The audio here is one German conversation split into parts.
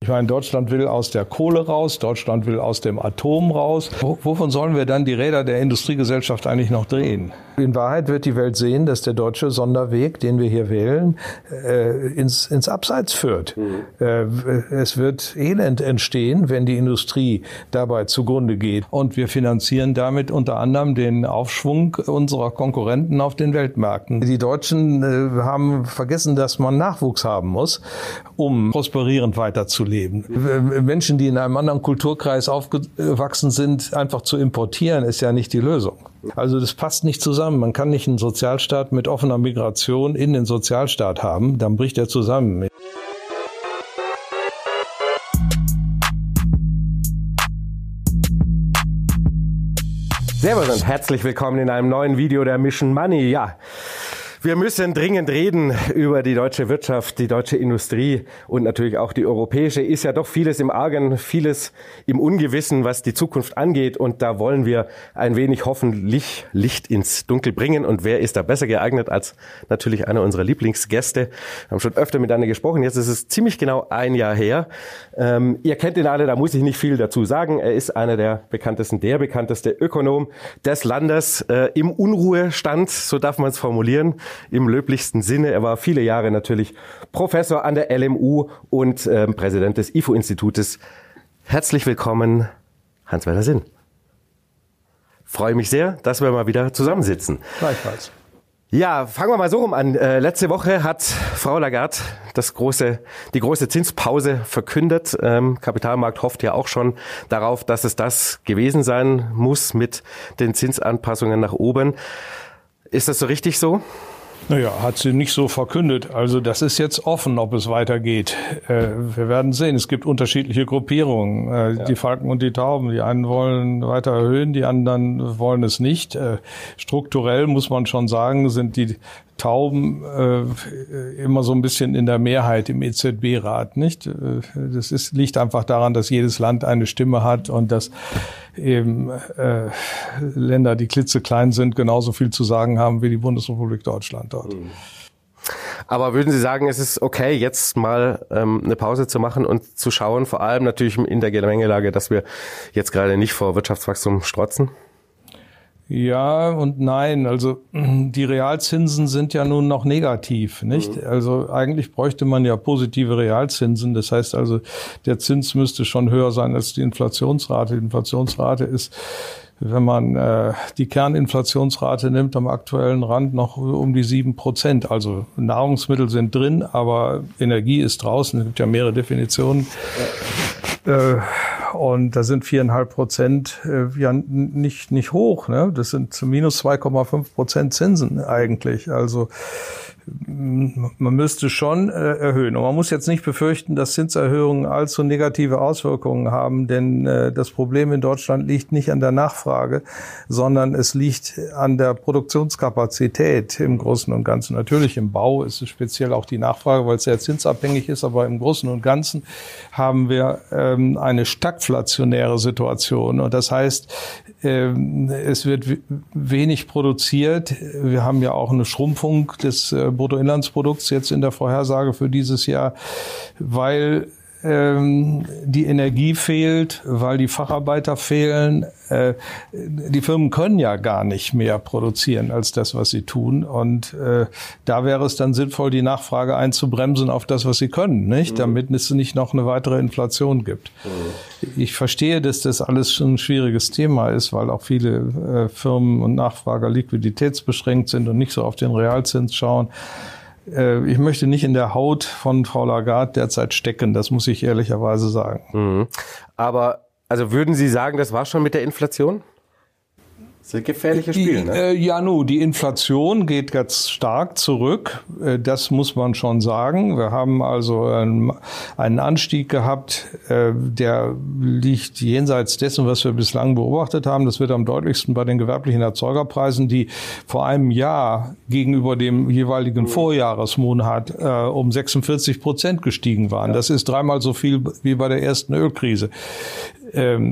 Ich meine, Deutschland will aus der Kohle raus, Deutschland will aus dem Atom raus. Wovon sollen wir dann die Räder der Industriegesellschaft eigentlich noch drehen? In Wahrheit wird die Welt sehen, dass der deutsche Sonderweg, den wir hier wählen, ins Abseits führt. Es wird Elend entstehen, wenn die Industrie dabei zugrunde geht. Und wir finanzieren damit unter anderem den Aufschwung unserer Konkurrenten auf den Weltmärkten. Die Deutschen haben vergessen, dass man Nachwuchs haben muss, um prosperierend weiterzuleben. Menschen, die in einem anderen Kulturkreis aufgewachsen sind, einfach zu importieren, ist ja nicht die Lösung. Also das passt nicht zusammen. Man kann nicht einen Sozialstaat mit offener Migration in den Sozialstaat haben, dann bricht er zusammen. Servus und herzlich willkommen in einem neuen Video der Mission Money. Ja, wir müssen dringend reden über die deutsche Wirtschaft, die deutsche Industrie und natürlich auch die europäische. Ist ja doch vieles im Argen, vieles im Ungewissen, was die Zukunft angeht. Und da wollen wir ein wenig hoffentlich Licht ins Dunkel bringen. Und wer ist da besser geeignet als natürlich einer unserer Lieblingsgäste? Wir haben schon öfter miteinander gesprochen. Jetzt ist es ziemlich genau ein Jahr her. Ihr kennt ihn alle, da muss ich nicht viel dazu sagen. Er ist einer der bekannteste Ökonom des Landes im Unruhestand, so darf man es formulieren. Im löblichsten Sinne. Er war viele Jahre natürlich Professor an der LMU und Präsident des IFO-Institutes. Herzlich willkommen, Hans-Werner Sinn. Freue mich sehr, dass wir mal wieder zusammensitzen. Gleichfalls. Ja, fangen wir mal so rum an. Letzte Woche hat Frau Lagarde die große Zinspause verkündet. Kapitalmarkt hofft ja auch schon darauf, dass es das gewesen sein muss mit den Zinsanpassungen nach oben. Ist das so richtig so? Naja, hat sie nicht so verkündet. Also das ist jetzt offen, ob es weitergeht. Wir werden sehen. Es gibt unterschiedliche Gruppierungen. Die Falken und die Tauben. Die einen wollen weiter erhöhen, die anderen wollen es nicht. Strukturell muss man schon sagen, sind die Tauben immer so ein bisschen in der Mehrheit im EZB-Rat, nicht? Das liegt einfach daran, dass jedes Land eine Stimme hat und dass eben Länder, die klitzeklein sind, genauso viel zu sagen haben wie die Bundesrepublik Deutschland dort. Aber würden Sie sagen, es ist okay, jetzt mal eine Pause zu machen und zu schauen, vor allem natürlich in der Gemengelage, dass wir jetzt gerade nicht vor Wirtschaftswachstum strotzen? Ja und nein. Also die Realzinsen sind ja nun noch negativ, nicht? Also eigentlich bräuchte man ja positive Realzinsen. Das heißt also, der Zins müsste schon höher sein als die Inflationsrate. Die Inflationsrate ist, wenn man die Kerninflationsrate nimmt, am aktuellen Rand noch um die 7%. Also Nahrungsmittel sind drin, aber Energie ist draußen. Es gibt ja mehrere Definitionen. Und da sind 4,5% ja nicht hoch, ne? Das sind minus 2,5% Zinsen eigentlich. Also man müsste schon erhöhen. Und man muss jetzt nicht befürchten, dass Zinserhöhungen allzu negative Auswirkungen haben, denn das Problem in Deutschland liegt nicht an der Nachfrage, sondern es liegt an der Produktionskapazität im Großen und Ganzen. Natürlich im Bau ist es speziell auch die Nachfrage, weil es sehr zinsabhängig ist, aber im Großen und Ganzen haben wir eine stagflationäre Situation. Und das heißt, es wird wenig produziert. Wir haben ja auch eine Schrumpfung des Bruttoinlandsprodukts jetzt in der Vorhersage für dieses Jahr, weil die Energie fehlt, weil die Facharbeiter fehlen. Die Firmen können ja gar nicht mehr produzieren als das, was sie tun. Und da wäre es dann sinnvoll, die Nachfrage einzubremsen auf das, was sie können, nicht? Damit es nicht noch eine weitere Inflation gibt. Ich verstehe, dass das alles schon ein schwieriges Thema ist, weil auch viele Firmen und Nachfrager liquiditätsbeschränkt sind und nicht so auf den Realzins schauen. Ich möchte nicht in der Haut von Frau Lagarde derzeit stecken, das muss ich ehrlicherweise sagen. Aber also würden Sie sagen, das war schon mit der Inflation? Das ist ein gefährliches Spiel, ne? Ja, die Inflation geht ganz stark zurück. Das muss man schon sagen. Wir haben also einen Anstieg gehabt, der liegt jenseits dessen, was wir bislang beobachtet haben. Das wird am deutlichsten bei den gewerblichen Erzeugerpreisen, die vor einem Jahr gegenüber dem jeweiligen Vorjahresmonat um 46% gestiegen waren. Das ist dreimal so viel wie bei der ersten Ölkrise.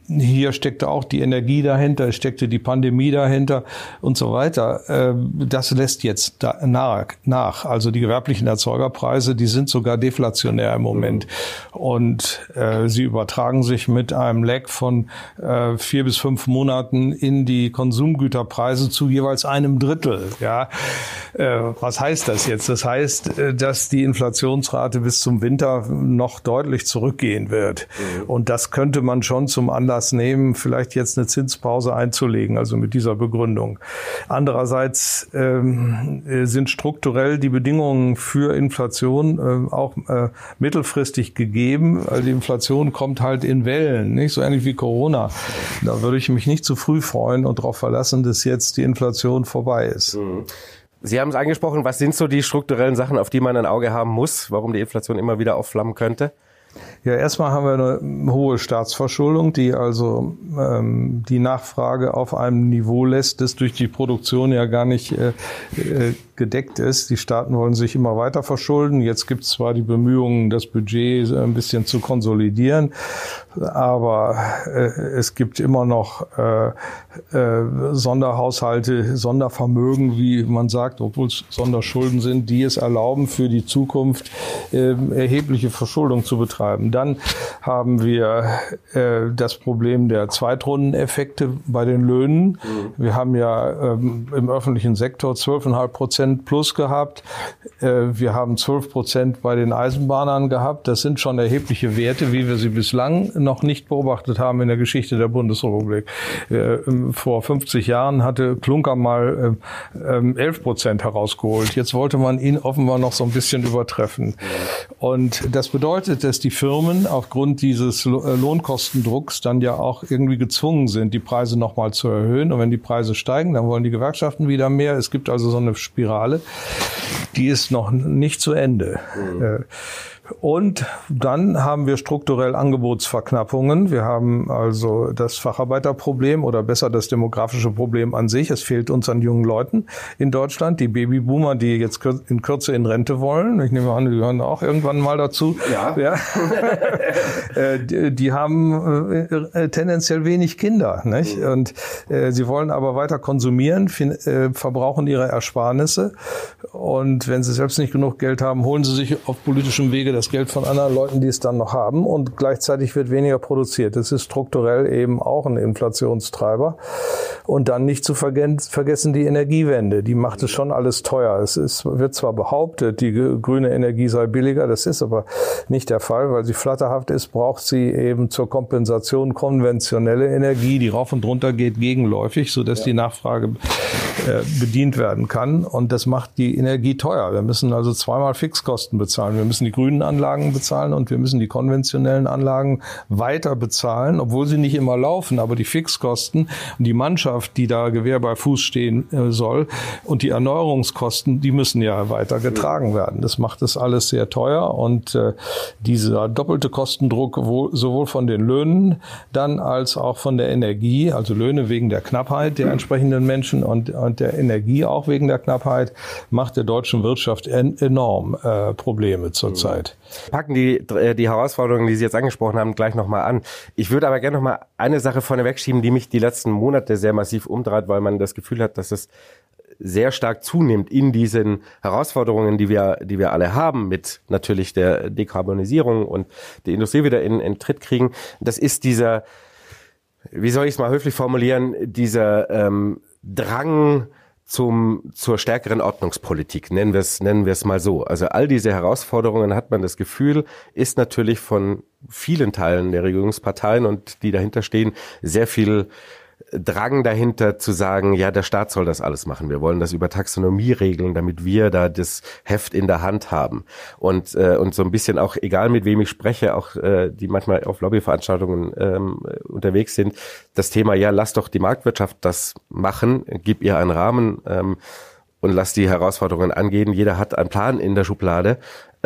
hier steckte auch die Energie dahinter, es steckte die Pandemie dahinter und so weiter. Das lässt jetzt nach. Also die gewerblichen Erzeugerpreise, die sind sogar deflationär im Moment. Und sie übertragen sich mit einem Lag von 4 bis 5 Monaten in die Konsumgüterpreise zu jeweils einem Drittel. Ja, was heißt das jetzt? Das heißt, dass die Inflationsrate bis zum Winter noch deutlich zurückgehen wird. Und das könnte man schon zum Anlass nehmen, vielleicht jetzt eine Zinspause einzulegen, also mit dieser Begründung. Andererseits sind strukturell die Bedingungen für Inflation auch mittelfristig gegeben. Also die Inflation kommt halt in Wellen, nicht so ähnlich wie Corona. Da würde ich mich nicht zu früh freuen und darauf verlassen, dass jetzt die Inflation vorbei ist. Sie haben es angesprochen, was sind so die strukturellen Sachen, auf die man ein Auge haben muss, warum die Inflation immer wieder aufflammen könnte? Ja, erstmal haben wir eine hohe Staatsverschuldung, die also die Nachfrage auf einem Niveau lässt, das durch die Produktion ja gar nicht gedeckt ist. Die Staaten wollen sich immer weiter verschulden. Jetzt gibt es zwar die Bemühungen, das Budget ein bisschen zu konsolidieren, aber es gibt immer noch Sonderhaushalte, Sondervermögen, wie man sagt, obwohl es Sonderschulden sind, die es erlauben, für die Zukunft erhebliche Verschuldung zu betreiben. Dann haben wir das Problem der Zweitrundeneffekte bei den Löhnen. Wir haben ja im öffentlichen Sektor 12,5% plus gehabt. Wir haben 12% bei den Eisenbahnern gehabt. Das sind schon erhebliche Werte, wie wir sie bislang noch nicht beobachtet haben in der Geschichte der Bundesrepublik. Vor 50 Jahren hatte Klunker mal 11% herausgeholt. Jetzt wollte man ihn offenbar noch so ein bisschen übertreffen. Und das bedeutet, dass die Firmen aufgrund dieses Lohnkostendrucks dann ja auch irgendwie gezwungen sind, die Preise nochmal zu erhöhen. Und wenn die Preise steigen, dann wollen die Gewerkschaften wieder mehr. Es gibt also so eine Spirale, die ist noch nicht zu Ende. Und dann haben wir strukturell Angebotsverknappungen. Wir haben also das Facharbeiterproblem oder besser das demografische Problem an sich. Es fehlt uns an jungen Leuten in Deutschland. Die Babyboomer, die jetzt in Kürze in Rente wollen, ich nehme an, die gehören auch irgendwann mal dazu. Ja. Die haben tendenziell wenig Kinder, nicht? Und sie wollen aber weiter konsumieren, verbrauchen ihre Ersparnisse. Und wenn sie selbst nicht genug Geld haben, holen sie sich auf politischem Wege das Geld von anderen Leuten, die es dann noch haben, und gleichzeitig wird weniger produziert. Das ist strukturell eben auch ein Inflationstreiber. Und dann nicht zu vergessen die Energiewende. Die macht es schon alles teuer. Wird zwar behauptet, die grüne Energie sei billiger, das ist aber nicht der Fall, weil sie flatterhaft ist, braucht sie eben zur Kompensation konventionelle Energie, die rauf und runter geht, gegenläufig, sodass die Nachfrage bedient werden kann. Und das macht die Energie teuer. Wir müssen also zweimal Fixkosten bezahlen. Wir müssen die grünen Anlagen bezahlen und wir müssen die konventionellen Anlagen weiter bezahlen, obwohl sie nicht immer laufen. Aber die Fixkosten und die Mannschaft, die da Gewehr bei Fuß stehen soll, und die Erneuerungskosten, die müssen ja weiter getragen werden. Das macht das alles sehr teuer. Und dieser doppelte Kostendruck sowohl von den Löhnen dann als auch von der Energie, also Löhne wegen der Knappheit der entsprechenden Menschen und der Energie auch wegen der Knappheit, macht der deutschen Wirtschaft enorm Probleme zurzeit. Packen die Herausforderungen, die Sie jetzt angesprochen haben, gleich nochmal an. Ich würde aber gerne nochmal eine Sache vorneweg schieben, die mich die letzten Monate sehr massiv umtreibt, weil man das Gefühl hat, dass es sehr stark zunimmt in diesen Herausforderungen, die wir alle haben, mit natürlich der Dekarbonisierung und die Industrie wieder in Tritt kriegen. Das ist dieser, wie soll ich es mal höflich formulieren, dieser Drang zur stärkeren Ordnungspolitik, nennen wir es mal so. Also all diese Herausforderungen, hat man das Gefühl, ist natürlich von vielen Teilen der Regierungsparteien und die dahinter stehen, sehr viel Drang dahinter zu sagen, ja, der Staat soll das alles machen. Wir wollen das über Taxonomie regeln, damit wir da das Heft in der Hand haben. Und so ein bisschen auch, egal mit wem ich spreche, auch die manchmal auf Lobbyveranstaltungen unterwegs sind, das Thema, ja, lass doch die Marktwirtschaft das machen, gib ihr einen Rahmen und lass die Herausforderungen angehen. Jeder hat einen Plan in der Schublade.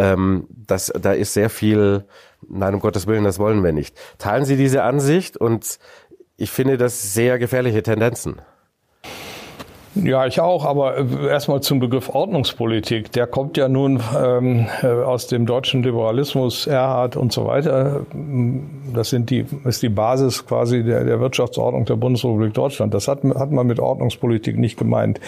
Da ist sehr viel, nein, um Gottes Willen, das wollen wir nicht. Teilen Sie diese Ansicht? Und ich finde das sehr gefährliche Tendenzen. Ja, ich auch, aber erstmal zum Begriff Ordnungspolitik. Der kommt ja nun aus dem deutschen Liberalismus, Erhard und so weiter. Das ist die Basis quasi der Wirtschaftsordnung der Bundesrepublik Deutschland. Das hat man mit Ordnungspolitik nicht gemeint.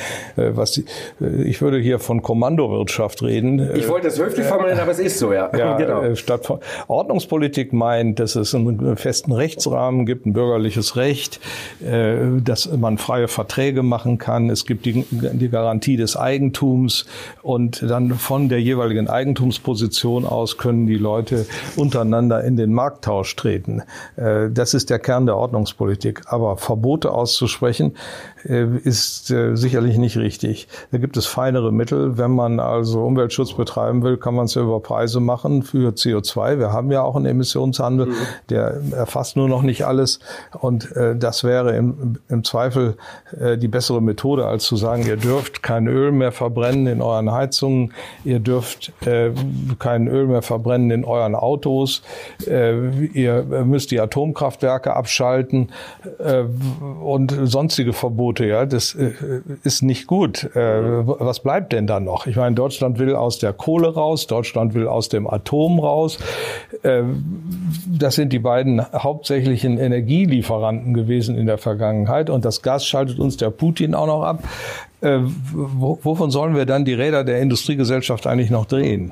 Ich würde hier von Kommandowirtschaft reden. Ich wollte es höflich formulieren, aber es ist so, ja. Ja, genau. Ordnungspolitik meint, dass es einen festen Rechtsrahmen gibt, ein bürgerliches Recht, dass man freie Verträge machen kann. Es gibt die Garantie des Eigentums und dann von der jeweiligen Eigentumsposition aus können die Leute untereinander in den Markttausch treten. Das ist der Kern der Ordnungspolitik. Aber Verbote auszusprechen ist sicherlich nicht richtig. Da gibt es feinere Mittel. Wenn man also Umweltschutz betreiben will, kann man es ja über Preise machen für CO2. Wir haben ja auch einen Emissionshandel, der erfasst nur noch nicht alles. Und das wäre im Zweifel die bessere Methode, als zu sagen, ihr dürft kein Öl mehr verbrennen in euren Heizungen, ihr dürft kein Öl mehr verbrennen in euren Autos, ihr müsst die Atomkraftwerke abschalten und sonstige Verbote. Ja, das ist nicht gut. Was bleibt denn dann noch? Ich meine, Deutschland will aus der Kohle raus, Deutschland will aus dem Atom raus. Das sind die beiden hauptsächlichen Energielieferanten gewesen in der Vergangenheit und das Gas schaltet uns der Putin auch noch ab. Wovon sollen wir dann die Räder der Industriegesellschaft eigentlich noch drehen?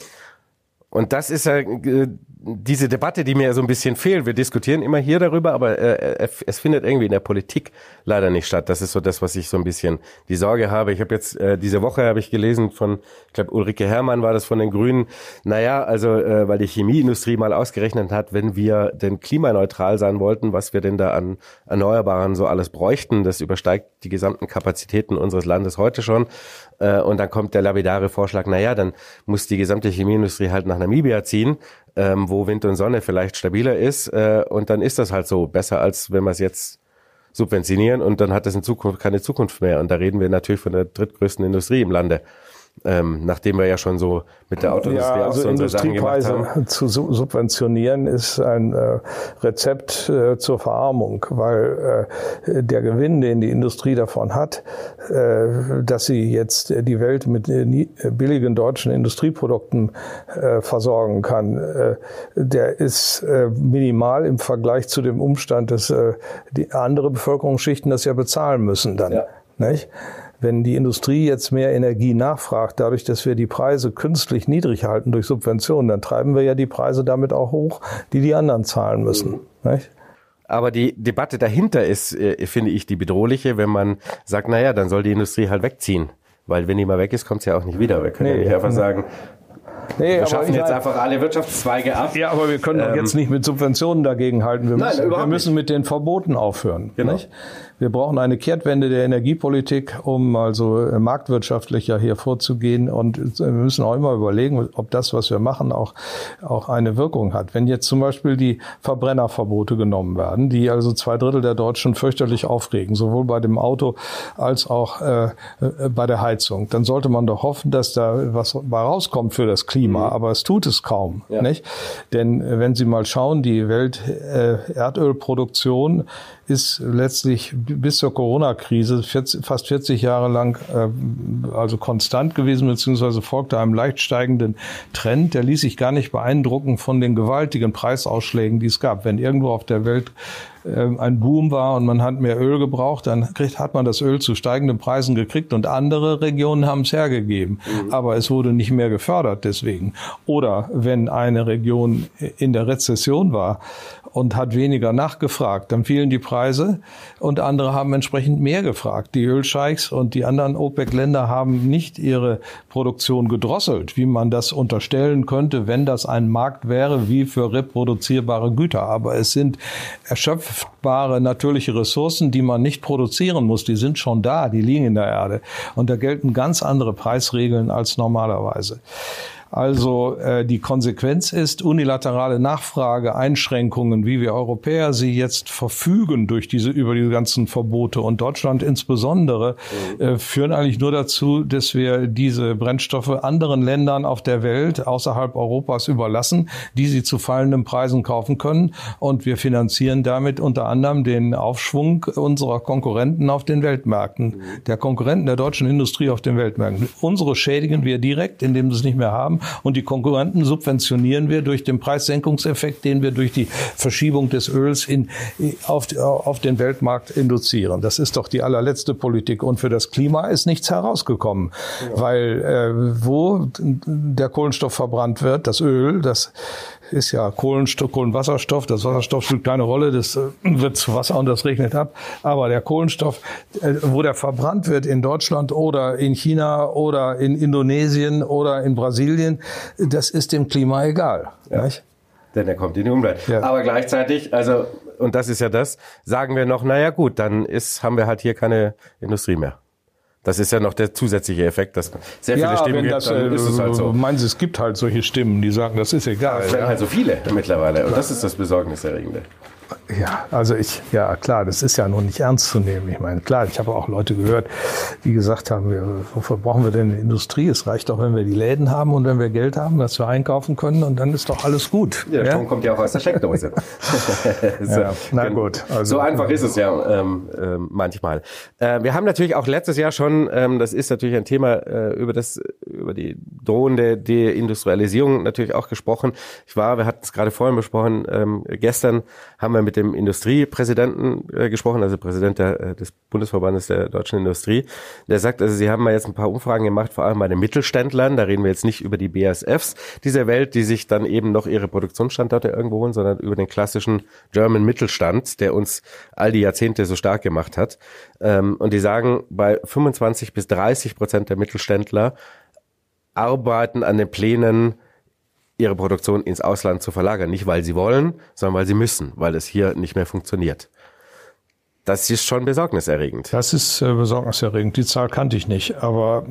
Und das ist ja diese Debatte, die mir so ein bisschen fehlt. Wir diskutieren immer hier darüber, aber es findet irgendwie in der Politik leider nicht statt. Das ist so das, was ich so ein bisschen die Sorge habe. Ich habe jetzt diese Woche habe ich gelesen von, ich glaube Ulrike Herrmann war das von den Grünen. Naja, also weil die Chemieindustrie mal ausgerechnet hat, wenn wir denn klimaneutral sein wollten, was wir denn da an Erneuerbaren so alles bräuchten, das übersteigt die gesamten Kapazitäten unseres Landes heute schon. Und dann kommt der lapidare Vorschlag, naja, dann muss die gesamte Chemieindustrie halt nach Namibia ziehen, wo Wind und Sonne vielleicht stabiler ist. Und dann ist das halt so besser, als wenn wir es jetzt subventionieren und dann hat das in Zukunft keine Zukunft mehr. Und da reden wir natürlich von der drittgrößten Industrie im Lande. Nachdem wir ja schon so mit der Autoindustrie auch so unsere Sachen gemacht haben. Industriepreise zu subventionieren ist ein Rezept zur Verarmung, weil der Gewinn, den die Industrie davon hat, dass sie jetzt die Welt mit billigen deutschen Industrieprodukten versorgen kann, der ist minimal im Vergleich zu dem Umstand, dass die andere Bevölkerungsschichten das ja bezahlen müssen dann. Ja. Nicht? Wenn die Industrie jetzt mehr Energie nachfragt, dadurch, dass wir die Preise künstlich niedrig halten durch Subventionen, dann treiben wir ja die Preise damit auch hoch, die anderen zahlen müssen. Nicht? Aber die Debatte dahinter ist, finde ich, die bedrohliche, wenn man sagt, naja, dann soll die Industrie halt wegziehen. Weil wenn die mal weg ist, kommt sie ja auch nicht wieder. Wir können ja nicht einfach sagen, wir schaffen jetzt einfach alle Wirtschaftszweige ab. Ja, aber wir können doch jetzt nicht mit Subventionen dagegenhalten. Wir müssen mit den Verboten aufhören. Genau. Nicht? Wir brauchen eine Kehrtwende der Energiepolitik, um also marktwirtschaftlicher hier vorzugehen. Und wir müssen auch immer überlegen, ob das, was wir machen, auch eine Wirkung hat. Wenn jetzt zum Beispiel die Verbrennerverbote genommen werden, die also 2/3 der Deutschen fürchterlich aufregen, sowohl bei dem Auto als auch bei der Heizung, dann sollte man doch hoffen, dass da was bei rauskommt für das Klima. Aber es tut es kaum. Ja. Nicht? Denn wenn Sie mal schauen, die Erdölproduktion ist letztlich bis zur Corona-Krise fast 40 Jahre lang also konstant gewesen, beziehungsweise folgte einem leicht steigenden Trend. Der ließ sich gar nicht beeindrucken von den gewaltigen Preisausschlägen, die es gab. Wenn irgendwo auf der Welt ein Boom war und man hat mehr Öl gebraucht, dann hat man das Öl zu steigenden Preisen gekriegt und andere Regionen haben es hergegeben. Aber es wurde nicht mehr gefördert deswegen. Oder wenn eine Region in der Rezession war und hat weniger nachgefragt, dann fielen die Preise und andere haben entsprechend mehr gefragt. Die Ölscheichs und die anderen OPEC-Länder haben nicht ihre Produktion gedrosselt, wie man das unterstellen könnte, wenn das ein Markt wäre wie für reproduzierbare Güter. Aber es sind erschöpfbare natürliche Ressourcen, die man nicht produzieren muss. Die sind schon da, die liegen in der Erde. Und da gelten ganz andere Preisregeln als normalerweise. Also die Konsequenz ist unilaterale Nachfrageeinschränkungen, wie wir Europäer sie jetzt verfügen über diese ganzen Verbote und Deutschland insbesondere, führen eigentlich nur dazu, dass wir diese Brennstoffe anderen Ländern auf der Welt außerhalb Europas überlassen, die sie zu fallenden Preisen kaufen können. Und wir finanzieren damit unter anderem den Aufschwung unserer Konkurrenten auf den Weltmärkten, der Konkurrenten der deutschen Industrie auf den Weltmärkten. Unsere schädigen wir direkt, indem sie es nicht mehr haben. Und die Konkurrenten subventionieren wir durch den Preissenkungseffekt, den wir durch die Verschiebung des Öls auf den Weltmarkt induzieren. Das ist doch die allerletzte Politik. Und für das Klima ist nichts herausgekommen, weil wo der Kohlenstoff verbrannt wird, das Öl, das ist ja Kohlenwasserstoff. Das Wasserstoff spielt keine Rolle, das wird zu Wasser und das regnet ab. Aber der Kohlenstoff, wo der verbrannt wird in Deutschland oder in China oder in Indonesien oder in Brasilien, das ist dem Klima egal. Ja. Denn er kommt in die Umwelt. Ja. Aber gleichzeitig, und das ist ja das, sagen wir noch, naja gut, dann haben wir halt hier keine Industrie mehr. Das ist ja noch der zusätzliche Effekt, dass sehr viele Stimmen gibt, dann ist es halt so. Meinen Sie, es gibt halt solche Stimmen, die sagen, das ist egal. Es werden halt so viele mittlerweile und das ist das Besorgniserregende. Ja, also klar, das ist ja noch nicht ernst zu nehmen. Ich meine, klar, ich habe auch Leute gehört, die gesagt haben, wofür brauchen wir denn eine Industrie? Es reicht doch, wenn wir die Läden haben und wenn wir Geld haben, dass wir einkaufen können und dann ist doch alles gut. Ja, der Strom kommt ja auch aus der Steckdose. So, ja, na gut. Also, so einfach ist es ja manchmal. Wir haben natürlich auch letztes Jahr schon, das ist natürlich ein Thema, über die drohende Deindustrialisierung natürlich auch gesprochen. Wir hatten es gerade vorhin besprochen, gestern haben wir mit dem Industriepräsidenten gesprochen, also Präsident des Bundesverbandes der deutschen Industrie. Der sagt, also sie haben mal jetzt ein paar Umfragen gemacht, vor allem bei den Mittelständlern. Da reden wir jetzt nicht über die BASFs dieser Welt, die sich dann eben noch ihre Produktionsstandorte irgendwo holen, sondern über den klassischen German Mittelstand, der uns all die Jahrzehnte so stark gemacht hat. Und die sagen, bei 25-30% der Mittelständler arbeiten an den Plänen, ihre Produktion ins Ausland zu verlagern. Nicht, weil sie wollen, sondern weil sie müssen, weil es hier nicht mehr funktioniert. Das ist schon besorgniserregend. Das ist besorgniserregend. Die Zahl kannte ich nicht. Aber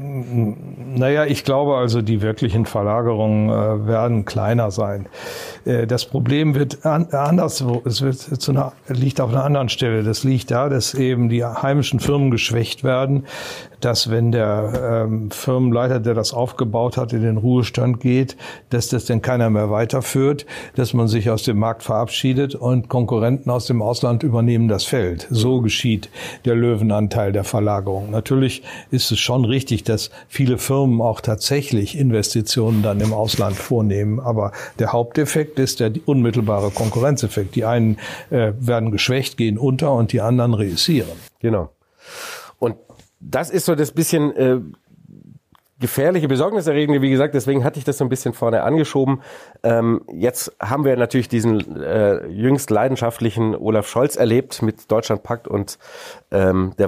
ich glaube also, die wirklichen Verlagerungen werden kleiner sein. Das Problem wird anderswo. Es liegt auf einer anderen Stelle. Das liegt da, dass eben die heimischen Firmen geschwächt werden, dass wenn der Firmenleiter, der das aufgebaut hat, in den Ruhestand geht, dass das dann keiner mehr weiterführt, dass man sich aus dem Markt verabschiedet und Konkurrenten aus dem Ausland übernehmen das Feld. So geschieht der Löwenanteil der Verlagerung. Natürlich ist es schon richtig, dass viele Firmen auch tatsächlich Investitionen dann im Ausland vornehmen, aber der Haupteffekt ist der unmittelbare Konkurrenzeffekt. Die einen werden geschwächt, gehen unter und die anderen reüssieren. Genau. Und das ist so das bisschen gefährliche, besorgniserregende, wie gesagt, deswegen hatte ich das so ein bisschen vorne angeschoben. Jetzt haben wir natürlich diesen jüngst leidenschaftlichen Olaf Scholz erlebt mit Deutschlandpakt und des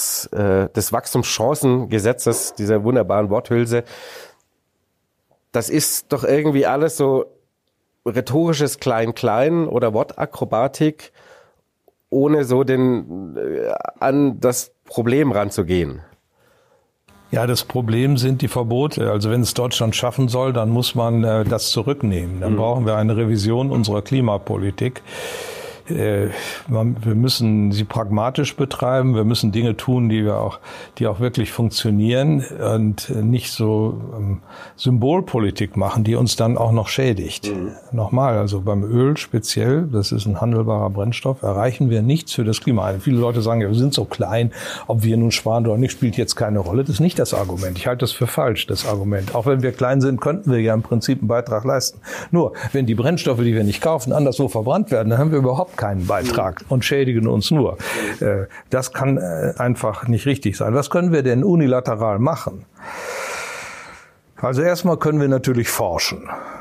Wachstumschancengesetzes, dieser wunderbaren Worthülse. Das ist doch irgendwie alles so rhetorisches Klein-Klein oder Wortakrobatik, ohne so an das Problem ranzugehen. Ja, das Problem sind die Verbote. Also wenn es Deutschland schaffen soll, dann muss man das zurücknehmen. Dann brauchen wir eine Revision unserer Klimapolitik. Wir müssen sie pragmatisch betreiben. Wir müssen Dinge tun, die auch wirklich funktionieren und nicht so Symbolpolitik machen, die uns dann auch noch schädigt. Nochmal, also beim Öl speziell, das ist ein handelbarer Brennstoff, erreichen wir nichts für das Klima. Viele Leute sagen, ja, wir sind so klein, ob wir nun sparen oder nicht, spielt jetzt keine Rolle. Das ist nicht das Argument. Ich halte das für falsch, das Argument. Auch wenn wir klein sind, könnten wir ja im Prinzip einen Beitrag leisten. Nur, wenn die Brennstoffe, die wir nicht kaufen, anderswo verbrannt werden, dann haben wir überhaupt keinen Beitrag und schädigen uns nur. Das kann einfach nicht richtig sein. Was können wir denn unilateral machen? Also erstmal können wir natürlich forschen.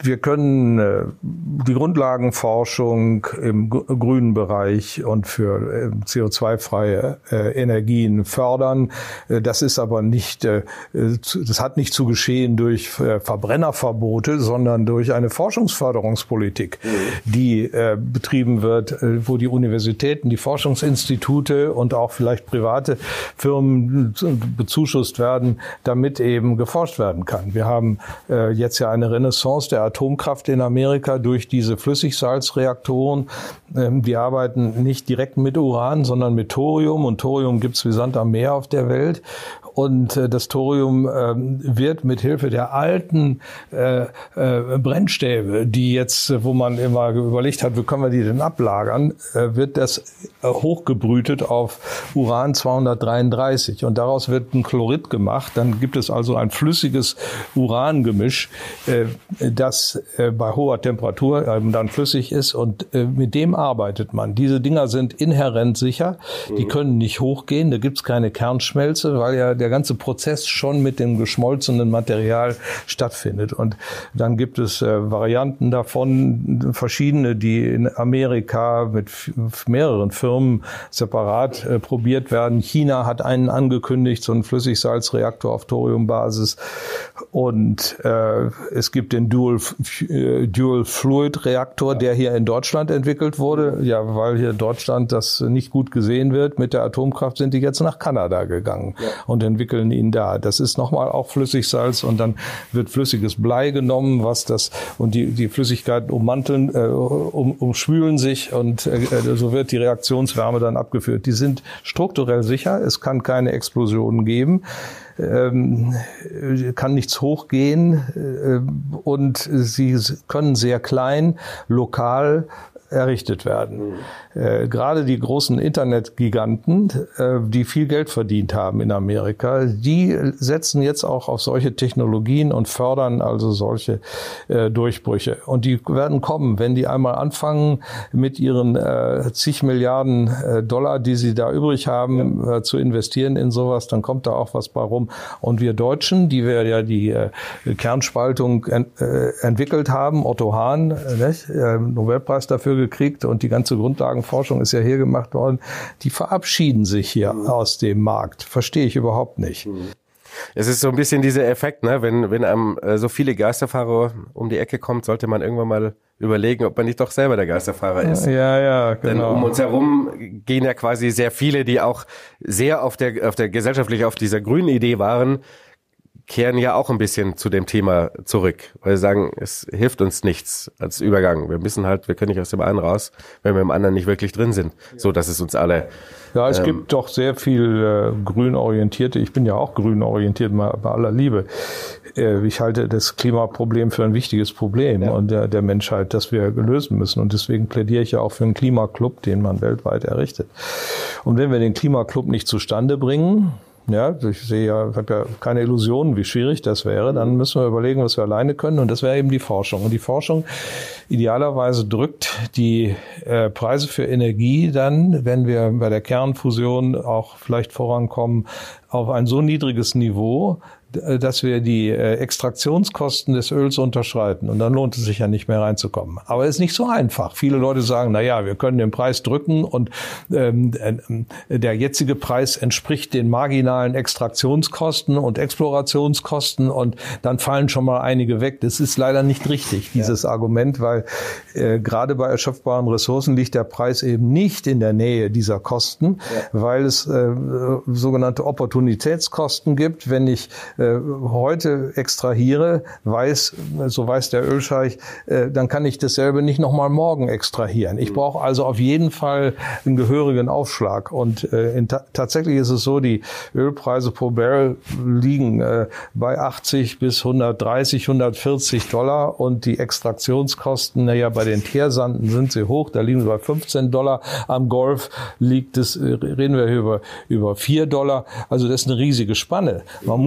wir können die Grundlagenforschung im grünen Bereich und für CO2-freie Energien fördern. Das ist aber nicht, das hat nicht zu geschehen durch Verbrennerverbote, sondern durch eine Forschungsförderungspolitik, die betrieben wird, wo die Universitäten, die Forschungsinstitute und auch vielleicht private Firmen bezuschusst werden, damit eben geforscht werden kann. Wir haben jetzt ja eine Renaissance der Atomkraft in Amerika durch diese Flüssigsalzreaktoren. Wir arbeiten nicht direkt mit Uran, sondern mit Thorium. Und Thorium gibt's wie Sand am Meer auf der Welt. Und das Thorium wird mit Hilfe der alten Brennstäbe, die jetzt, wo man immer überlegt hat, wie können wir die denn ablagern, wird das hochgebrütet auf Uran 233. Und daraus wird ein Chlorid gemacht. Dann gibt es also ein flüssiges Urangemisch, das bei hoher Temperatur dann flüssig ist. Und mit dem arbeitet man. Diese Dinger sind inhärent sicher. Die können nicht hochgehen. Da gibt's keine Kernschmelze, weil ja der ganze Prozess schon mit dem geschmolzenen Material stattfindet. Und dann gibt es Varianten davon, verschiedene, die in Amerika mit mehreren Firmen separat probiert werden. China hat einen angekündigt, so einen Flüssigsalzreaktor auf Thoriumbasis. Und es gibt den Dual-Fluid-Reaktor, der hier in Deutschland entwickelt wurde. Ja, weil hier in Deutschland das nicht gut gesehen wird mit der Atomkraft, sind die jetzt nach Kanada gegangen und entwickeln ihn da. Das ist nochmal auch Flüssigsalz und dann wird flüssiges Blei genommen, was das und die Flüssigkeiten ummanteln, umschwülen sich und so wird die Reaktionswärme dann abgeführt. Die sind strukturell sicher, es kann keine Explosionen geben. Kann nichts hochgehen und sie können sehr klein, lokal errichtet werden. Gerade die großen Internetgiganten, die viel Geld verdient haben in Amerika, die setzen jetzt auch auf solche Technologien und fördern also solche Durchbrüche. Und die werden kommen, wenn die einmal anfangen, mit ihren zig Milliarden Dollar, die sie da übrig haben, zu investieren in sowas, dann kommt da auch was bei rum. Und wir Deutschen, die wir ja die Kernspaltung entwickelt haben, Otto Hahn, Nobelpreis dafür gekriegt und die ganze Grundlagenforschung ist ja hier gemacht worden, die verabschieden sich hier aus dem Markt. Verstehe ich überhaupt nicht. Es ist so ein bisschen dieser Effekt, ne? Wenn einem so viele Geisterfahrer um die Ecke kommt, sollte man irgendwann mal überlegen, ob man nicht doch selber der Geisterfahrer ist. Ja, genau. Denn um uns herum gehen ja quasi sehr viele, die auch sehr auf der gesellschaftlich auf dieser grünen Idee waren, kehren ja auch ein bisschen zu dem Thema zurück, weil sie sagen, es hilft uns nichts als Übergang. Wir können nicht aus dem einen raus, wenn wir im anderen nicht wirklich drin sind, so dass es uns alle... Ja, es gibt doch sehr viel grünorientierte, ich bin ja auch grünorientiert, bei aller Liebe. Ich halte das Klimaproblem für ein wichtiges Problem und der Menschheit, das wir lösen müssen. Und deswegen plädiere ich ja auch für einen Klimaclub, den man weltweit errichtet. Und wenn wir den Klimaclub nicht zustande bringen, ja, ich habe ja keine Illusionen, wie schwierig das wäre. Dann müssen wir überlegen, was wir alleine können. Und das wäre eben die Forschung. Und die Forschung idealerweise drückt die Preise für Energie dann, wenn wir bei der Kernfusion auch vielleicht vorankommen, auf ein so niedriges Niveau, dass wir die Extraktionskosten des Öls unterschreiten. Und dann lohnt es sich ja nicht mehr reinzukommen. Aber es ist nicht so einfach. Viele Leute sagen, na ja, wir können den Preis drücken und der jetzige Preis entspricht den marginalen Extraktionskosten und Explorationskosten und dann fallen schon mal einige weg. Das ist leider nicht richtig, dieses Argument, weil gerade bei erschöpfbaren Ressourcen liegt der Preis eben nicht in der Nähe dieser Kosten, weil es sogenannte Opportunitätskosten gibt. Wenn ich heute extrahiere, so weiß der Ölscheich, dann kann ich dasselbe nicht nochmal morgen extrahieren. Ich brauche also auf jeden Fall einen gehörigen Aufschlag. Und tatsächlich ist es so, die Ölpreise pro Barrel liegen bei 80 bis 130, 140 Dollar und die Extraktionskosten, bei den Teersanden sind sie hoch, da liegen sie bei 15 Dollar. Am Golf reden wir über 4 Dollar. Also das ist eine riesige Spanne. Man muss dann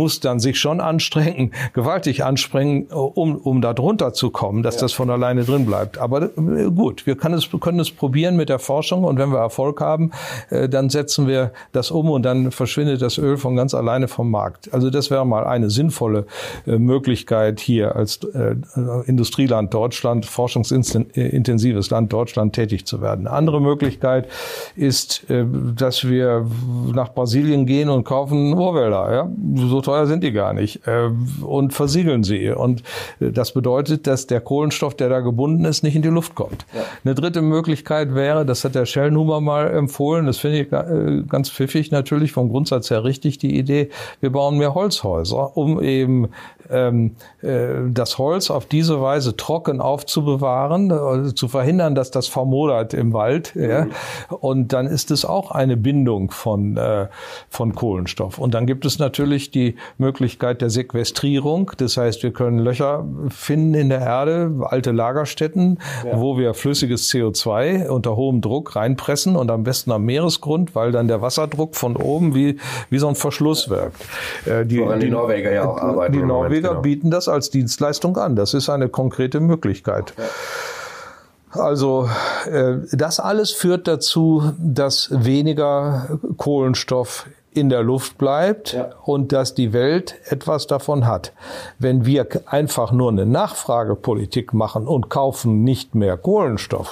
sich schon anstrengen, gewaltig anstrengen, um da drunter zu kommen, dass das von alleine drin bleibt. Aber gut, wir können es probieren mit der Forschung und wenn wir Erfolg haben, dann setzen wir das um und dann verschwindet das Öl von ganz alleine vom Markt. Also das wäre mal eine sinnvolle Möglichkeit hier als Industrieland Deutschland, forschungsintensives Land Deutschland tätig zu werden. Eine andere Möglichkeit ist, dass wir nach Brasilien gehen und kaufen Urwälder. Ja? So teuer sind die gar nicht. Und versiegeln sie. Und das bedeutet, dass der Kohlenstoff, der da gebunden ist, nicht in die Luft kommt. Ja. Eine dritte Möglichkeit wäre, das hat der Schellnhuber mal empfohlen, das finde ich ganz pfiffig natürlich, vom Grundsatz her richtig, die Idee, wir bauen mehr Holzhäuser, um eben das Holz auf diese Weise trocken aufzubewahren, zu verhindern, dass das vermodert im Wald. Ja? Und dann ist es auch eine Bindung von Kohlenstoff. Und dann gibt es natürlich die Möglichkeit der Sequestrierung. Das heißt, wir können Löcher finden in der Erde, alte Lagerstätten, wo wir flüssiges CO2 unter hohem Druck reinpressen und am besten am Meeresgrund, weil dann der Wasserdruck von oben wie so ein Verschluss wirkt. Woran die Norweger ja auch arbeiten. Die Norweger bieten das als Dienstleistung an. Das ist eine konkrete Möglichkeit. Ja. Also das alles führt dazu, dass weniger Kohlenstoff in der Luft bleibt und dass die Welt etwas davon hat. Wenn wir einfach nur eine Nachfragepolitik machen und kaufen nicht mehr Kohlenstoff,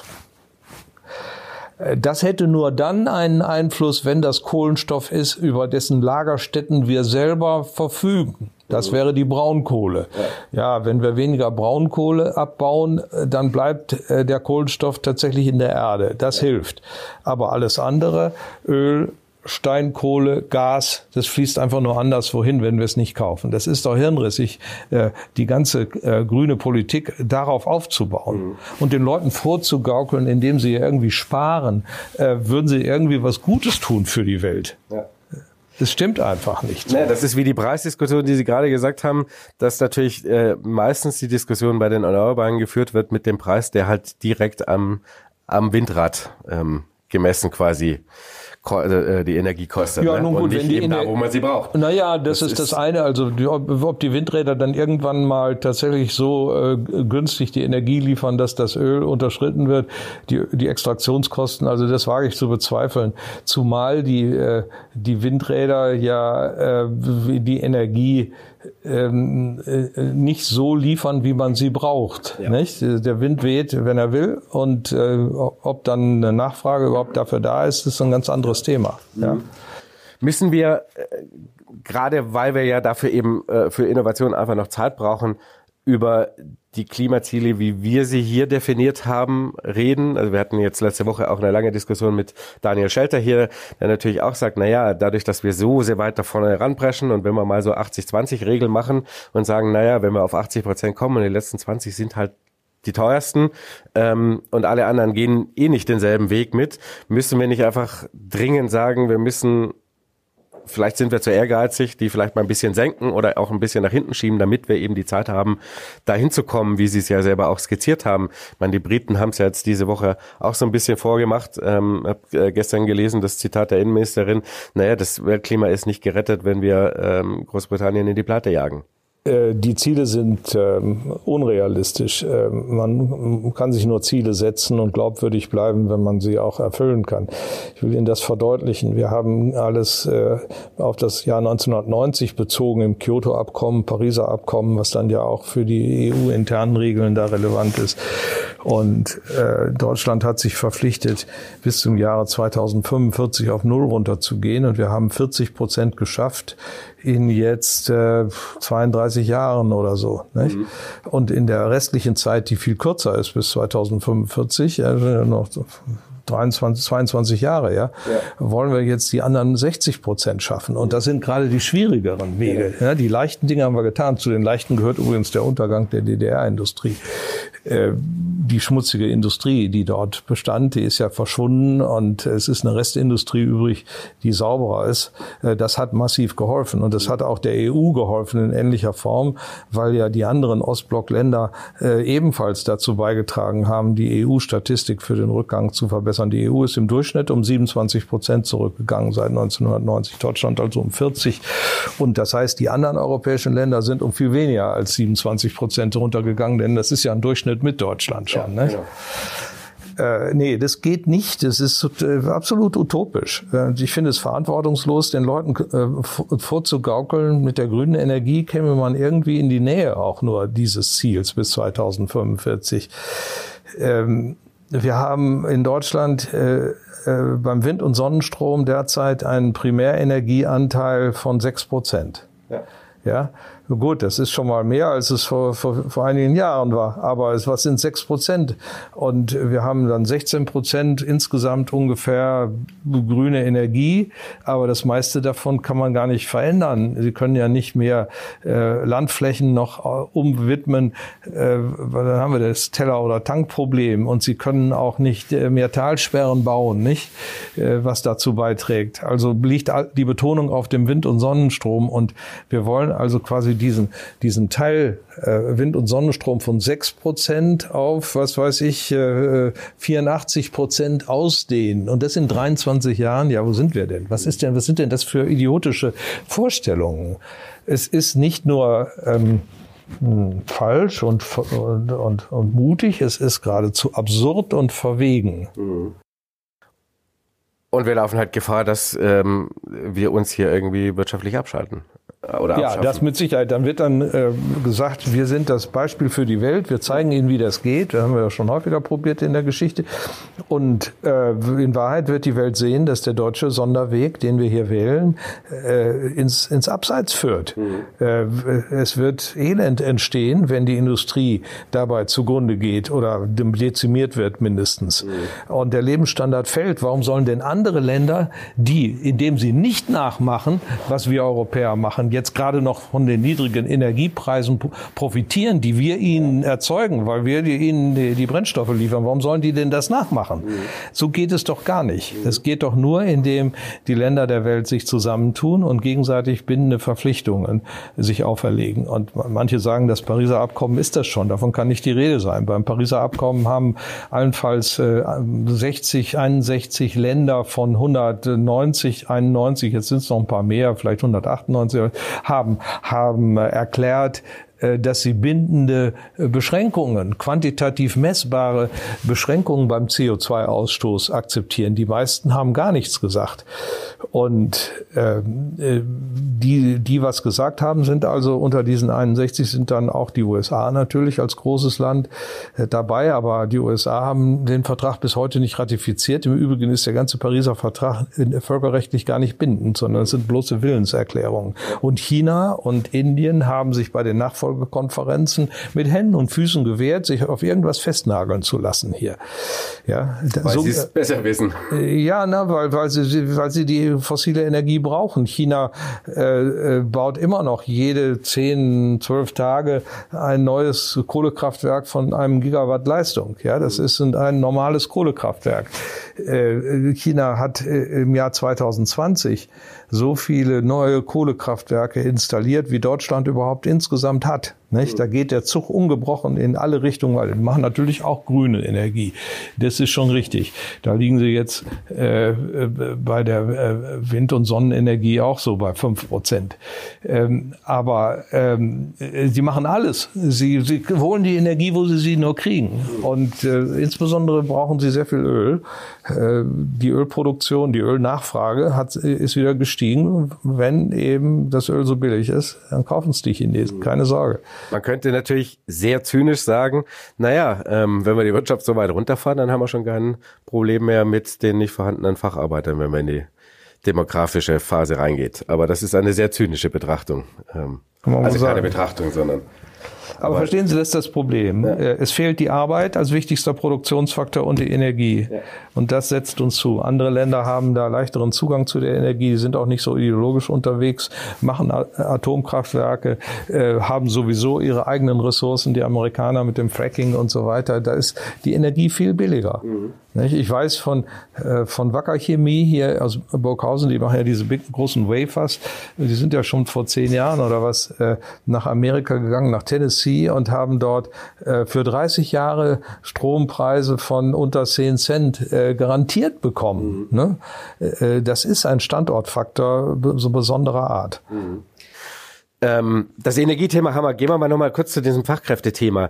das hätte nur dann einen Einfluss, wenn das Kohlenstoff ist, über dessen Lagerstätten wir selber verfügen. Das wäre die Braunkohle. Ja, wenn wir weniger Braunkohle abbauen, dann bleibt der Kohlenstoff tatsächlich in der Erde. Das hilft. Aber alles andere, Öl, Steinkohle, Gas, das fließt einfach nur anderswo hin, wenn wir es nicht kaufen. Das ist doch hirnrissig, die ganze grüne Politik darauf aufzubauen und den Leuten vorzugaukeln, indem sie irgendwie sparen, würden sie irgendwie was Gutes tun für die Welt. Ja. Das stimmt einfach nicht. Nee, das ist wie die Preisdiskussion, die Sie gerade gesagt haben, dass natürlich meistens die Diskussion bei den Erneuerbaren geführt wird mit dem Preis, der halt direkt am Windrad gemessen quasi die Energie kostet. Ja, nun gut, und nicht eben da, wo man sie braucht. Naja, das ist das eine. Also ob die Windräder dann irgendwann mal tatsächlich so günstig die Energie liefern, dass das Öl unterschritten wird, die Extraktionskosten, also das wage ich zu bezweifeln. Zumal die Windräder ja die Energie nicht so liefern, wie man sie braucht. Ja. Nicht? Der Wind weht, wenn er will, und ob dann eine Nachfrage überhaupt dafür da ist, ist ein ganz anderes Thema. Ja. Müssen wir, gerade weil wir ja dafür eben für Innovation einfach noch Zeit brauchen, über die Klimaziele, wie wir sie hier definiert haben, reden. Also wir hatten jetzt letzte Woche auch eine lange Diskussion mit Daniel Schelter hier, der natürlich auch sagt, naja, dadurch, dass wir so sehr weit da vorne ranpreschen und wenn wir mal so 80-20-Regel machen und sagen, naja, wenn wir auf 80% kommen und die letzten 20 sind halt die teuersten und alle anderen gehen eh nicht denselben Weg mit, müssen wir nicht einfach dringend sagen, wir müssen, vielleicht sind wir zu ehrgeizig, die vielleicht mal ein bisschen senken oder auch ein bisschen nach hinten schieben, damit wir eben die Zeit haben, dahin zu kommen, wie Sie es ja selber auch skizziert haben. Ich meine, die Briten haben es ja jetzt diese Woche auch so ein bisschen vorgemacht. Habe gestern gelesen, das Zitat der Innenministerin, naja, das Weltklima ist nicht gerettet, wenn wir Großbritannien in die Pleite jagen. Die Ziele sind unrealistisch. Man kann sich nur Ziele setzen und glaubwürdig bleiben, wenn man sie auch erfüllen kann. Ich will Ihnen das verdeutlichen. Wir haben alles auf das Jahr 1990 bezogen im Kyoto-Abkommen, Pariser Abkommen, was dann ja auch für die EU-internen Regeln da relevant ist. Und Deutschland hat sich verpflichtet, bis zum Jahre 2045 auf Null runterzugehen. Und wir haben 40% geschafft in jetzt 32 Jahren oder so. Nicht? Und in der restlichen Zeit, die viel kürzer ist, bis 2045, noch 22 Jahre, wollen wir jetzt die anderen 60% schaffen. Und das sind gerade die schwierigeren Wege. Ja, die leichten Dinge haben wir getan. Zu den leichten gehört übrigens der Untergang der DDR-Industrie. Die schmutzige Industrie, die dort bestand, die ist ja verschwunden und es ist eine Restindustrie übrig, die sauberer ist. Das hat massiv geholfen und das hat auch der EU geholfen in ähnlicher Form, weil ja die anderen Ostblockländer ebenfalls dazu beigetragen haben, die EU-Statistik für den Rückgang zu verbessern. verbessern. Die EU ist im Durchschnitt um 27% zurückgegangen seit 1990, Deutschland also um 40%. Und das heißt, die anderen europäischen Länder sind um viel weniger als 27% runtergegangen, denn das ist ja ein Durchschnitt mit Deutschland schon. Ja, ne? Genau. Nee, das geht nicht. Das ist absolut utopisch. Ich finde es verantwortungslos, den Leuten vorzugaukeln, mit der grünen Energie käme man irgendwie in die Nähe auch nur dieses Ziels bis 2045. Wir haben in Deutschland beim Wind- und Sonnenstrom derzeit einen Primärenergieanteil von 6%. Ja. Gut, das ist schon mal mehr, als es vor einigen Jahren war. Aber was sind 6%? Und wir haben dann 16% insgesamt ungefähr grüne Energie. Aber das meiste davon kann man gar nicht verändern. Sie können ja nicht mehr Landflächen noch umwidmen, weil dann haben wir das Teller- oder Tankproblem. Und Sie können auch nicht mehr Talsperren bauen, nicht? Was dazu beiträgt. Also liegt die Betonung auf dem Wind- und Sonnenstrom. Und wir wollen also quasi diesen Teil Wind- und Sonnenstrom von 6% auf, 84% ausdehnen. Und das in 23 Jahren. Ja, wo sind wir denn? Was sind denn das für idiotische Vorstellungen? Es ist nicht nur falsch und mutig, es ist geradezu absurd und verwegen. Und wir laufen halt Gefahr, dass wir uns hier irgendwie wirtschaftlich abschalten. Oder ja, das mit Sicherheit. Dann wird gesagt, wir sind das Beispiel für die Welt. Wir zeigen Ihnen, wie das geht. Das haben wir ja schon häufiger probiert in der Geschichte. Und in Wahrheit wird die Welt sehen, dass der deutsche Sonderweg, den wir hier wählen, ins Abseits führt. Es wird Elend entstehen, wenn die Industrie dabei zugrunde geht oder dezimiert wird mindestens. Und der Lebensstandard fällt. Warum sollen denn andere Länder, indem sie nicht nachmachen, was wir Europäer machen, jetzt gerade noch von den niedrigen Energiepreisen profitieren, die wir ihnen erzeugen, weil wir ihnen die Brennstoffe liefern. Warum sollen die denn das nachmachen? So geht es doch gar nicht. Es geht doch nur, indem die Länder der Welt sich zusammentun und gegenseitig bindende Verpflichtungen sich auferlegen. Und manche sagen, das Pariser Abkommen ist das schon. Davon kann nicht die Rede sein. Beim Pariser Abkommen haben allenfalls 61 Länder von 190, 91, jetzt sind es noch ein paar mehr, vielleicht 198, haben erklärt, dass sie bindende Beschränkungen, quantitativ messbare Beschränkungen beim CO2-Ausstoß akzeptieren. Die meisten haben gar nichts gesagt. Und die was gesagt haben, sind also unter diesen 61 sind dann auch die USA natürlich als großes Land dabei. Aber die USA haben den Vertrag bis heute nicht ratifiziert. Im Übrigen ist der ganze Pariser Vertrag völkerrechtlich gar nicht bindend, sondern es sind bloße Willenserklärungen. Und China und Indien haben sich bei den Nachfolgekonferenzen mit Händen und Füßen gewehrt, sich auf irgendwas festnageln zu lassen hier. Ja, weil sie es besser wissen. Ja, weil sie die fossile Energie brauchen. China baut immer noch jede 10, 12 Tage ein neues Kohlekraftwerk von einem Gigawatt Leistung. Ja, das ist ein normales Kohlekraftwerk. China hat im Jahr 2020 so viele neue Kohlekraftwerke installiert, wie Deutschland überhaupt insgesamt hat. Nicht? Da geht der Zug ungebrochen in alle Richtungen, weil die machen natürlich auch grüne Energie. Das ist schon richtig. Da liegen sie jetzt bei der Wind- und Sonnenenergie auch so bei 5%. Aber sie machen alles. Sie holen die Energie, wo sie nur kriegen. Und insbesondere brauchen sie sehr viel Öl. Die Ölproduktion, die Ölnachfrage ist wieder gestiegen. Wenn eben das Öl so billig ist, dann kaufen es die Chinesen. Keine Sorge. Man könnte natürlich sehr zynisch sagen, naja, wenn wir die Wirtschaft so weit runterfahren, dann haben wir schon kein Problem mehr mit den nicht vorhandenen Facharbeitern, wenn man in die demografische Phase reingeht. Aber das ist eine sehr zynische Betrachtung. Also keine Betrachtung, sondern... Aber verstehen Sie, das ist das Problem. Ja. Es fehlt die Arbeit als wichtigster Produktionsfaktor und die Energie. Ja. Und das setzt uns zu. Andere Länder haben da leichteren Zugang zu der Energie, die sind auch nicht so ideologisch unterwegs, machen Atomkraftwerke, haben sowieso ihre eigenen Ressourcen, die Amerikaner mit dem Fracking und so weiter. Da ist die Energie viel billiger. Ich weiß von Wacker Chemie hier aus Burghausen, die machen ja diese großen Wafers, die sind ja schon vor 10 Jahren oder was nach Amerika gegangen, nach Tennessee und haben dort für 30 Jahre Strompreise von unter 10 Cent garantiert bekommen. Ne? Das ist ein Standortfaktor so besonderer Art. Das Energiethema haben wir. Gehen wir mal nochmal kurz zu diesem Fachkräftethema.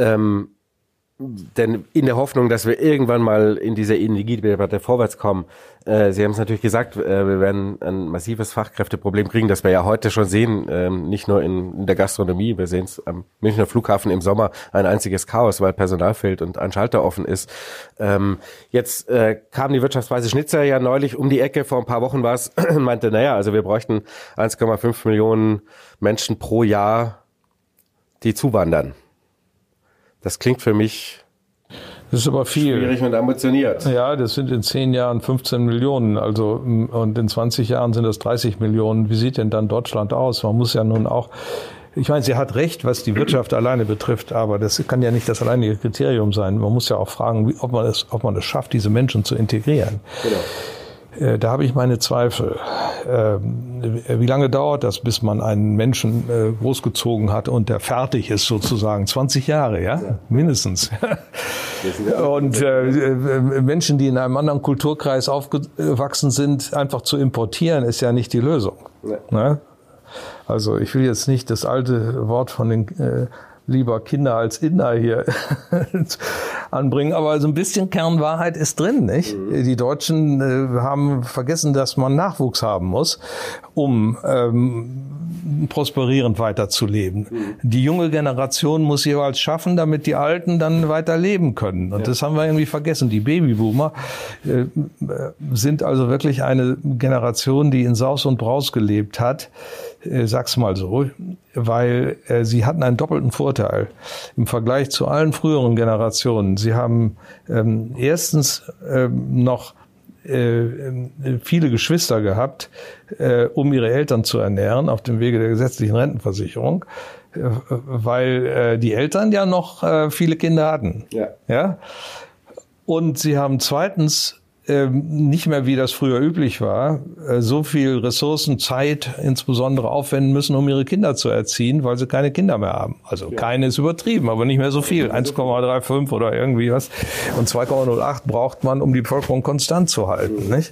Denn in der Hoffnung, dass wir irgendwann mal in dieser Energiedebatte vorwärts kommen, Sie haben es natürlich gesagt, wir werden ein massives Fachkräfteproblem kriegen, das wir ja heute schon sehen, nicht nur in der Gastronomie, wir sehen es am Münchner Flughafen im Sommer, ein einziges Chaos, weil Personal fehlt und ein Schalter offen ist. Jetzt kam die Wirtschaftsweise Schnitzer ja neulich um die Ecke, vor ein paar Wochen war es, und meinte, also wir bräuchten 1,5 Millionen Menschen pro Jahr, die zuwandern. Das klingt für mich das ist aber viel. Schwierig und ambitioniert. Ja, das sind in 10 Jahren 15 Millionen, also und in 20 Jahren sind das 30 Millionen. Wie sieht denn dann Deutschland aus? Man muss ja nun auch, ich meine, sie hat recht, was die Wirtschaft alleine betrifft, aber das kann ja nicht das alleinige Kriterium sein. Man muss ja auch fragen, ob man es schafft, diese Menschen zu integrieren. Genau. Da habe ich meine Zweifel. Wie lange dauert das, bis man einen Menschen großgezogen hat und der fertig ist sozusagen? 20 Jahre, ja? Mindestens. Und Menschen, die in einem anderen Kulturkreis aufgewachsen sind, einfach zu importieren, ist ja nicht die Lösung. Ne? Also ich will jetzt nicht das alte Wort von den lieber Kinder als Inder hier anbringen. Aber so ein bisschen Kernwahrheit ist drin, nicht? Die Deutschen haben vergessen, dass man Nachwuchs haben muss, um prosperierend weiterzuleben. Die junge Generation muss jeweils schaffen, damit die Alten dann weiter leben können. Und das haben wir irgendwie vergessen. Die Babyboomer sind also wirklich eine Generation, die in Saus und Braus gelebt hat. Sag's mal so, weil sie hatten einen doppelten Vorteil im Vergleich zu allen früheren Generationen. Sie haben erstens noch viele Geschwister gehabt, um ihre Eltern zu ernähren auf dem Wege der gesetzlichen Rentenversicherung, weil die Eltern ja noch viele Kinder hatten. Ja? Und sie haben zweitens nicht mehr, wie das früher üblich war, so viel Ressourcen, Zeit insbesondere aufwenden müssen, um ihre Kinder zu erziehen, weil sie keine Kinder mehr haben. Also keine ist übertrieben, aber nicht mehr so viel. 1,35 oder irgendwie was. Und 2,08 braucht man, um die Bevölkerung konstant zu halten. Nicht?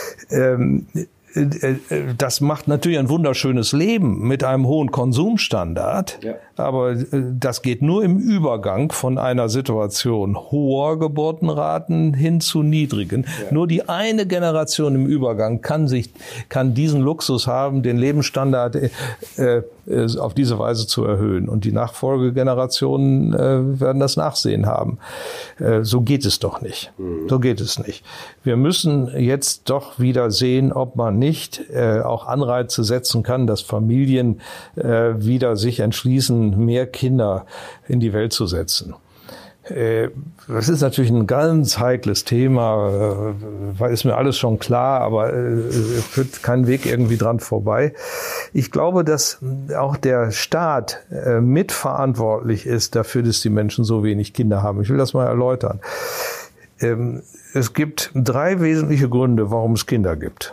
Das macht natürlich ein wunderschönes Leben mit einem hohen Konsumstandard, aber das geht nur im Übergang von einer Situation hoher Geburtenraten hin zu niedrigen. Nur die eine Generation im Übergang kann diesen Luxus haben, den Lebensstandard auf diese Weise zu erhöhen. Und die Nachfolgegenerationen werden das Nachsehen haben. So geht es doch nicht. So geht es nicht. Wir müssen jetzt doch wieder sehen, ob man nicht auch Anreize setzen kann, dass Familien wieder sich entschließen, mehr Kinder in die Welt zu setzen. Das ist natürlich ein ganz heikles Thema, ist mir alles schon klar, aber führt kein Weg irgendwie dran vorbei. Ich glaube, dass auch der Staat mitverantwortlich ist dafür, dass die Menschen so wenig Kinder haben. Ich will das mal erläutern. Es gibt 3 wesentliche Gründe, warum es Kinder gibt.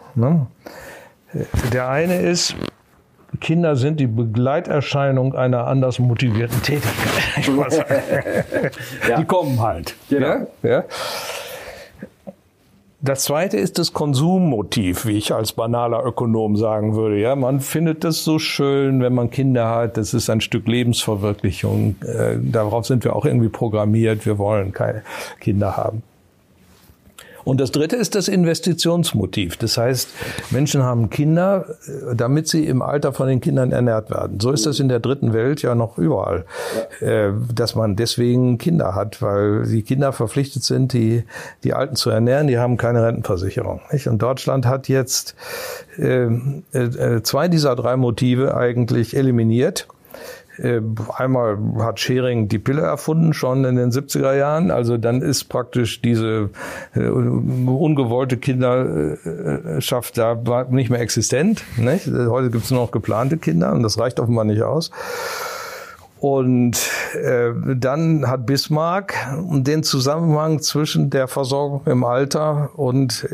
Der eine ist, Kinder sind die Begleiterscheinung einer anders motivierten Tätigkeit. Die kommen halt. Genau. Ja? Das zweite ist das Konsummotiv, wie ich als banaler Ökonom sagen würde. Ja, man findet das so schön, wenn man Kinder hat. Das ist ein Stück Lebensverwirklichung. Darauf sind wir auch irgendwie programmiert. Wir wollen keine Kinder haben. Und das dritte ist das Investitionsmotiv. Das heißt, Menschen haben Kinder, damit sie im Alter von den Kindern ernährt werden. So ist das in der dritten Welt ja noch überall, dass man deswegen Kinder hat, weil die Kinder verpflichtet sind, die Alten zu ernähren. Die haben keine Rentenversicherung. Nicht? Und Deutschland hat jetzt 2 dieser 3 Motive eigentlich eliminiert. Einmal hat Schering die Pille erfunden, schon in den 70er Jahren. Also dann ist praktisch diese ungewollte Kinderschaft da nicht mehr existent. Nicht? Heute gibt es nur noch geplante Kinder und das reicht offenbar nicht aus. Und dann hat Bismarck den Zusammenhang zwischen der Versorgung im Alter und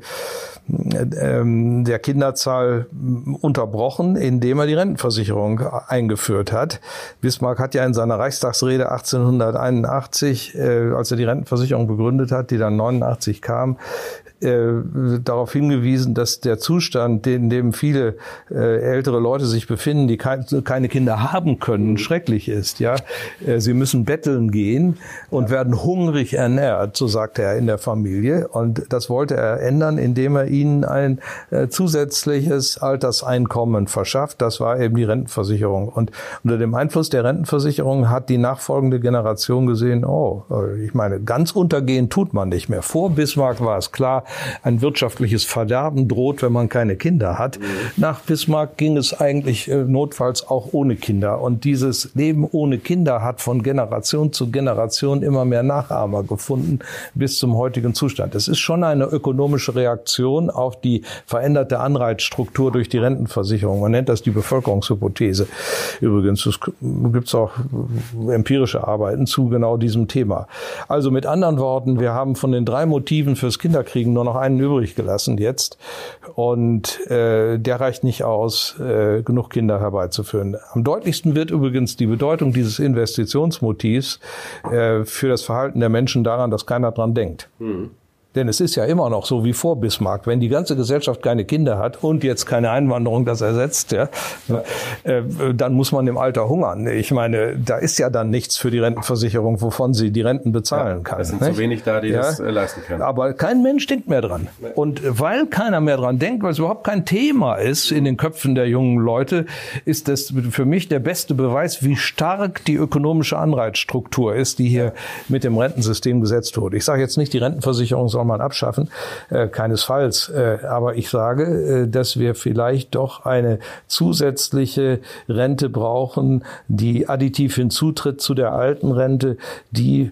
der Kinderzahl unterbrochen, indem er die Rentenversicherung eingeführt hat. Bismarck hat ja in seiner Reichstagsrede 1881, als er die Rentenversicherung begründet hat, die dann 89 kam, darauf hingewiesen, dass der Zustand, in dem viele ältere Leute sich befinden, die keine Kinder haben können, schrecklich ist. Ja, sie müssen betteln gehen und werden hungrig ernährt, so sagte er in der Familie. Und das wollte er ändern, indem er ihnen ein zusätzliches Alterseinkommen verschafft. Das war eben die Rentenversicherung. Und unter dem Einfluss der Rentenversicherung hat die nachfolgende Generation gesehen, ich meine, ganz untergehen tut man nicht mehr. Vor Bismarck war es klar, ein wirtschaftliches Verderben droht, wenn man keine Kinder hat. Nach Bismarck ging es eigentlich notfalls auch ohne Kinder. Und dieses Leben ohne Kinder hat von Generation zu Generation immer mehr Nachahmer gefunden bis zum heutigen Zustand. Es ist schon eine ökonomische Reaktion auf die veränderte Anreizstruktur durch die Rentenversicherung. Man nennt das die Bevölkerungshypothese. Übrigens, es gibt auch empirische Arbeiten zu genau diesem Thema. Also mit anderen Worten, wir haben von den 3 Motiven fürs Kinderkriegen nur noch einen übrig gelassen jetzt. Und der reicht nicht aus, genug Kinder herbeizuführen. Am deutlichsten wird übrigens die Bedeutung dieses Investitionsmotivs für das Verhalten der Menschen daran, dass keiner dran denkt. Denn es ist ja immer noch so wie vor Bismarck. Wenn die ganze Gesellschaft keine Kinder hat und jetzt keine Einwanderung das ersetzt, dann muss man im Alter hungern. Ich meine, da ist ja dann nichts für die Rentenversicherung, wovon sie die Renten bezahlen kann. Es sind zu wenig da, die das leisten können. Aber kein Mensch denkt mehr dran. Und weil keiner mehr dran denkt, weil es überhaupt kein Thema ist in den Köpfen der jungen Leute, ist das für mich der beste Beweis, wie stark die ökonomische Anreizstruktur ist, die hier mit dem Rentensystem gesetzt wurde. Ich sage jetzt nicht, die Rentenversicherung soll man abschaffen, keinesfalls. Aber ich sage, dass wir vielleicht doch eine zusätzliche Rente brauchen, die additiv hinzutritt zu der alten Rente, die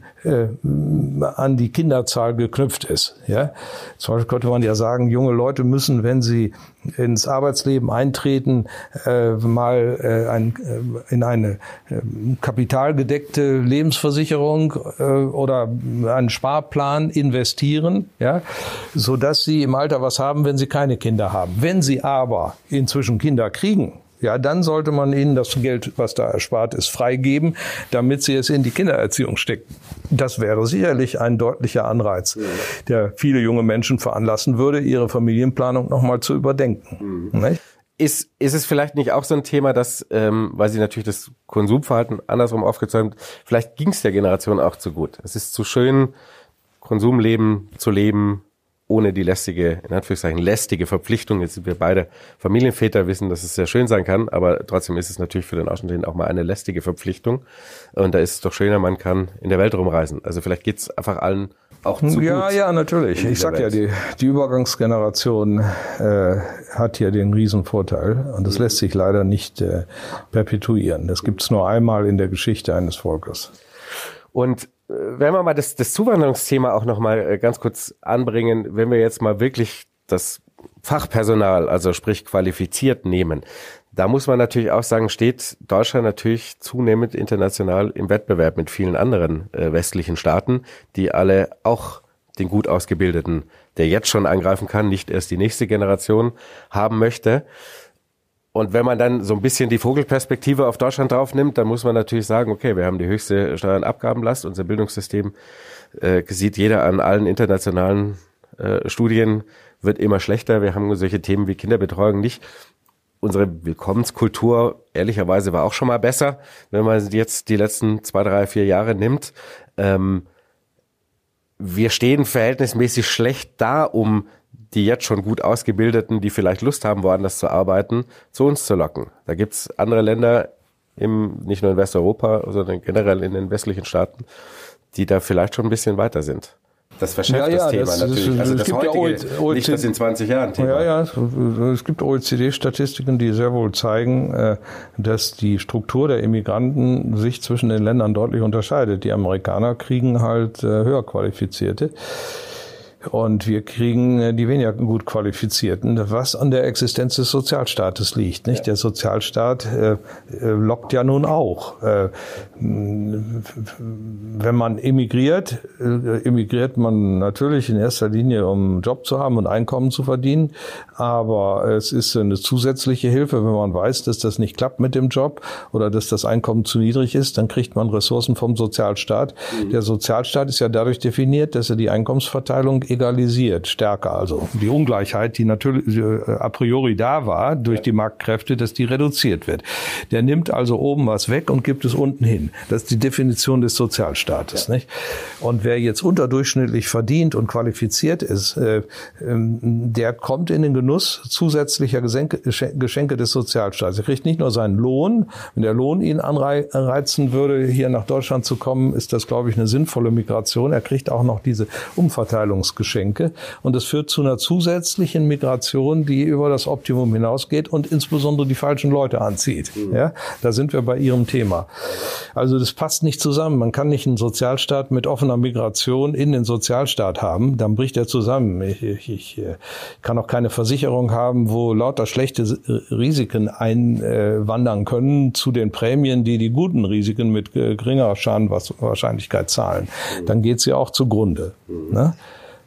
an die Kinderzahl geknüpft ist. Ja? Zum Beispiel könnte man ja sagen, junge Leute müssen, wenn sie ins Arbeitsleben eintreten, in eine kapitalgedeckte Lebensversicherung oder einen Sparplan investieren, ja, so dass sie im Alter was haben, wenn sie keine Kinder haben. Wenn sie aber inzwischen Kinder kriegen, ja, dann sollte man ihnen das Geld, was da erspart ist, freigeben, damit sie es in die Kindererziehung stecken. Das wäre sicherlich ein deutlicher Anreiz, der viele junge Menschen veranlassen würde, ihre Familienplanung nochmal zu überdenken. Nicht? Ist es vielleicht nicht auch so ein Thema, dass, weil Sie natürlich das Konsumverhalten andersrum aufgezeigt haben, vielleicht ging es der Generation auch zu gut. Es ist zu schön, Konsumleben zu leben, ohne die lästige, in Anführungszeichen, lästige Verpflichtung. Jetzt sind wir beide Familienväter, wissen, dass es sehr schön sein kann, aber trotzdem ist es natürlich für den Außenstehenden auch mal eine lästige Verpflichtung. Und da ist es doch schöner, man kann in der Welt rumreisen. Also vielleicht geht's einfach allen auch zu gut. Ja, natürlich. Ich sag ja, die Übergangsgeneration hat hier den Riesenvorteil und das lässt sich leider nicht perpetuieren. Das gibt's nur einmal in der Geschichte eines Volkes. Und wenn wir mal das Zuwanderungsthema auch noch mal ganz kurz anbringen, wenn wir jetzt mal wirklich das Fachpersonal, also sprich qualifiziert nehmen, da muss man natürlich auch sagen, steht Deutschland natürlich zunehmend international im Wettbewerb mit vielen anderen westlichen Staaten, die alle auch den gut ausgebildeten, der jetzt schon angreifen kann, nicht erst die nächste Generation haben möchte. Und wenn man dann so ein bisschen die Vogelperspektive auf Deutschland drauf nimmt, dann muss man natürlich sagen, okay, wir haben die höchste Steuer- und Abgabenlast. Unser Bildungssystem, sieht jeder an allen internationalen Studien, wird immer schlechter. Wir haben solche Themen wie Kinderbetreuung nicht. Unsere Willkommenskultur, ehrlicherweise, war auch schon mal besser, wenn man jetzt die letzten 2, 3, 4 Jahre nimmt. Wir stehen verhältnismäßig schlecht da, um die jetzt schon gut Ausgebildeten, die vielleicht Lust haben, woanders zu arbeiten, zu uns zu locken. Da gibt's andere Länder, nicht nur in Westeuropa, sondern generell in den westlichen Staaten, die da vielleicht schon ein bisschen weiter sind. Das verschärft das Thema natürlich. Also das heutige, nicht das in 20 Jahren Thema. Ja, es gibt OECD-Statistiken, die sehr wohl zeigen, dass die Struktur der Immigranten sich zwischen den Ländern deutlich unterscheidet. Die Amerikaner kriegen halt höher Qualifizierte. Und wir kriegen die weniger gut Qualifizierten, was an der Existenz des Sozialstaates liegt, nicht? Der Sozialstaat lockt ja nun auch. Wenn man emigriert man natürlich in erster Linie, um einen Job zu haben und Einkommen zu verdienen. Aber es ist eine zusätzliche Hilfe, wenn man weiß, dass das nicht klappt mit dem Job oder dass das Einkommen zu niedrig ist, dann kriegt man Ressourcen vom Sozialstaat. Der Sozialstaat ist ja dadurch definiert, dass er die Einkommensverteilung egalisiert, stärker. Also die Ungleichheit, die natürlich a priori da war durch die Marktkräfte, dass die reduziert wird. Der nimmt also oben was weg und gibt es unten hin. Das ist die Definition des Sozialstaates, nicht? Und wer jetzt unterdurchschnittlich verdient und qualifiziert ist, der kommt in den Genuss zusätzlicher Geschenke des Sozialstaates. Er kriegt nicht nur seinen Lohn. Wenn der Lohn ihn anreizen würde, hier nach Deutschland zu kommen, ist das, glaube ich, eine sinnvolle Migration. Er kriegt auch noch diese Umverteilungsgeschenke. Und das führt zu einer zusätzlichen Migration, die über das Optimum hinausgeht und insbesondere die falschen Leute anzieht. Ja, da sind wir bei Ihrem Thema. Also das passt nicht zusammen. Man kann nicht einen Sozialstaat mit offener Migration in den Sozialstaat haben. Dann bricht er zusammen. Ich kann auch keine Versicherung haben, wo lauter schlechte Risiken einwandern können zu den Prämien, die guten Risiken mit geringerer Schadenwahrscheinlichkeit zahlen. Dann geht sie auch zugrunde. Ne?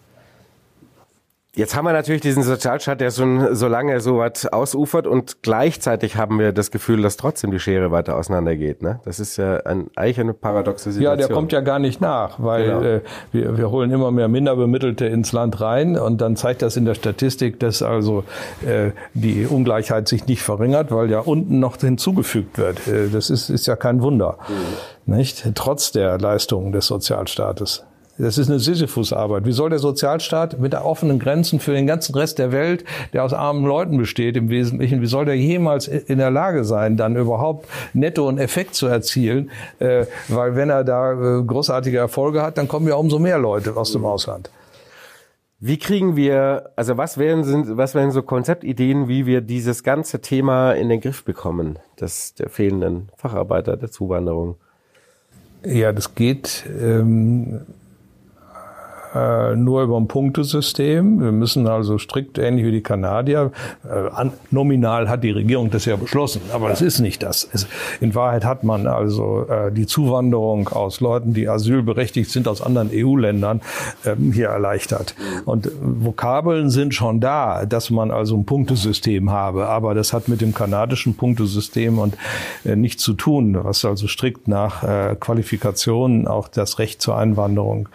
Jetzt haben wir natürlich diesen Sozialstaat, der schon so lange so was ausufert und gleichzeitig haben wir das Gefühl, dass trotzdem die Schere weiter auseinandergeht. Ne? Das ist ja eigentlich eine paradoxe Situation. Ja, der kommt ja gar nicht nach, weil wir holen immer mehr Minderbemittelte ins Land rein und dann zeigt das in der Statistik, dass also die Ungleichheit sich nicht verringert, weil ja unten noch hinzugefügt wird. Das ist ja kein Wunder, nicht? Trotz der Leistungen des Sozialstaates. Das ist eine Sisyphusarbeit. Wie soll der Sozialstaat mit offenen Grenzen für den ganzen Rest der Welt, der aus armen Leuten besteht im Wesentlichen, wie soll der jemals in der Lage sein, dann überhaupt netto einen Effekt zu erzielen? Weil wenn er da großartige Erfolge hat, dann kommen ja umso mehr Leute aus dem Ausland. Wie kriegen wir, also was wären so Konzeptideen, wie wir dieses ganze Thema in den Griff bekommen, der fehlenden Facharbeiter, der Zuwanderung? Ja, das geht nur über ein Punktesystem. Wir müssen also strikt, ähnlich wie die Kanadier, nominal hat die Regierung das ja beschlossen, aber das ist nicht das. In Wahrheit hat man also die Zuwanderung aus Leuten, die asylberechtigt sind aus anderen EU-Ländern, hier erleichtert. Und Vokabeln sind schon da, dass man also ein Punktesystem habe, aber das hat mit dem kanadischen Punktesystem und nichts zu tun, was also strikt nach Qualifikationen auch das Recht zur Einwanderung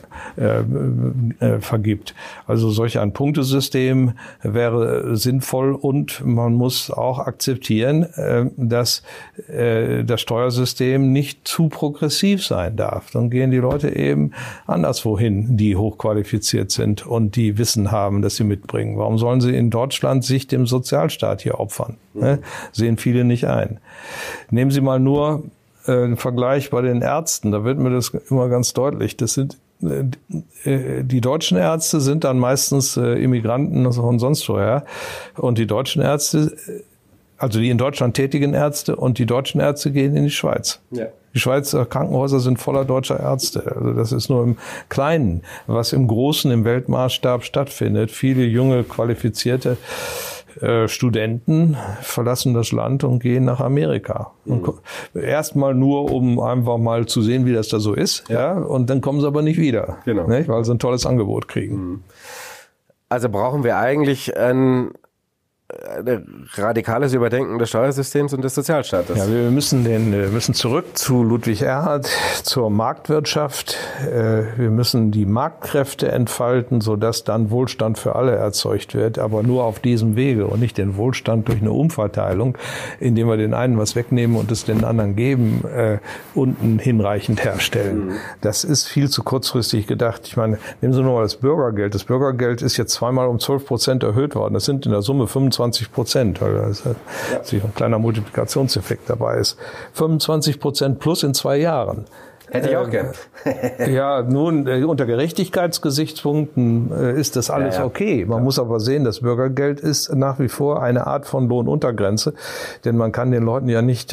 vergibt. Also solch ein Punktesystem wäre sinnvoll und man muss auch akzeptieren, dass das Steuersystem nicht zu progressiv sein darf. Dann gehen die Leute eben anderswohin, die hochqualifiziert sind und die Wissen haben, das sie mitbringen. Warum sollen sie in Deutschland sich dem Sozialstaat hier opfern? Sehen viele nicht ein. Nehmen Sie mal nur einen Vergleich bei den Ärzten. Da wird mir das immer ganz deutlich. Das sind die deutschen Ärzte sind dann meistens Immigranten von sonst woher. Und die deutschen Ärzte, also die in Deutschland tätigen Ärzte und die deutschen Ärzte gehen in die Schweiz. Ja. Die Schweizer Krankenhäuser sind voller deutscher Ärzte. Also das ist nur im Kleinen, was im Großen, im Weltmaßstab stattfindet. Viele junge, qualifizierte Studenten verlassen das Land und gehen nach Amerika. Erstmal nur, um einfach mal zu sehen, wie das da so ist. Ja. Und dann kommen sie aber nicht wieder, nicht? Weil sie ein tolles Angebot kriegen. Also brauchen wir eigentlich ein radikales Überdenken des Steuersystems und des Sozialstaates. Ja, wir müssen zurück zu Ludwig Erhard, zur Marktwirtschaft. Wir müssen die Marktkräfte entfalten, sodass dann Wohlstand für alle erzeugt wird, aber nur auf diesem Wege und nicht den Wohlstand durch eine Umverteilung, indem wir den einen was wegnehmen und es den anderen geben, unten hinreichend herstellen. Das ist viel zu kurzfristig gedacht. Ich meine, nehmen Sie nur mal das Bürgergeld. Das Bürgergeld ist jetzt zweimal um 12% erhöht worden. Das sind in der Summe 25%, weil da ein kleiner Multiplikationseffekt dabei ist. 25% plus in 2 Jahren. Hätte ich auch gern. Ja, nun, unter Gerechtigkeitsgesichtspunkten ist das alles okay. Man muss aber sehen, das Bürgergeld ist nach wie vor eine Art von Lohnuntergrenze, denn man kann den Leuten ja nicht